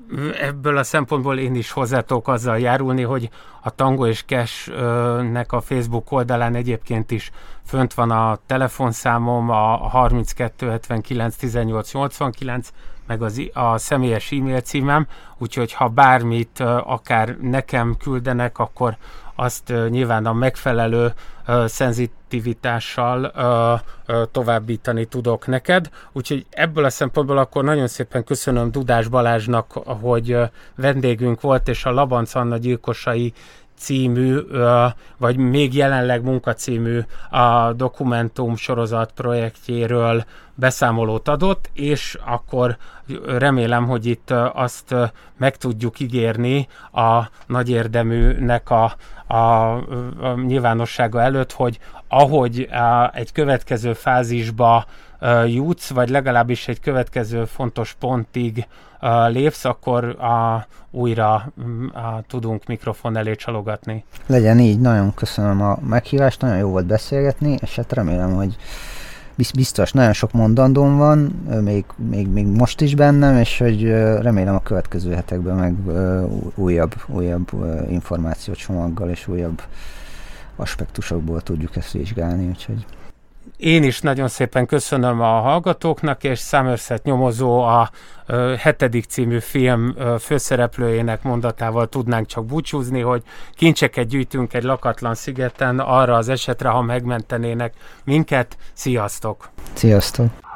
Ebből a szempontból én is hozzá tudok azzal járulni, hogy a Tango és Cash-nek a Facebook oldalán egyébként is fönt van a telefonszámom, a 32 79 18 89, meg a személyes e-mail címem, úgyhogy ha bármit akár nekem küldenek, akkor azt nyilván a megfelelő szenzitivitással továbbítani tudok neked. Úgyhogy ebből a szempontból akkor nagyon szépen köszönöm Dudás Balázsnak, hogy vendégünk volt, és a Labanc Anna gyilkosai című, vagy még jelenleg munkacímű a dokumentum sorozat projektjéről beszámolót adott, és akkor remélem, hogy itt azt meg tudjuk ígérni a nagy érdeműnek a nyilvánossága előtt, hogy ahogy egy következő fázisba jutsz, vagy legalábbis egy következő fontos pontig lépsz, akkor újra tudunk mikrofon elé csalogatni. Legyen így, nagyon köszönöm a meghívást, nagyon jó volt beszélgetni, és hát remélem, hogy biztos nagyon sok mondandóm van, még most is bennem, és hogy remélem a következő hetekben meg újabb információcsomaggal és újabb aspektusokból tudjuk ezt vizsgálni, úgyhogy... Én is nagyon szépen köszönöm a hallgatóknak, és Somerset nyomozó a 7. című film főszereplőjének mondatával tudnánk csak búcsúzni, hogy kincseket gyűjtünk egy lakatlan szigeten arra az esetre, ha megmentenének minket. Sziasztok! Sziasztok!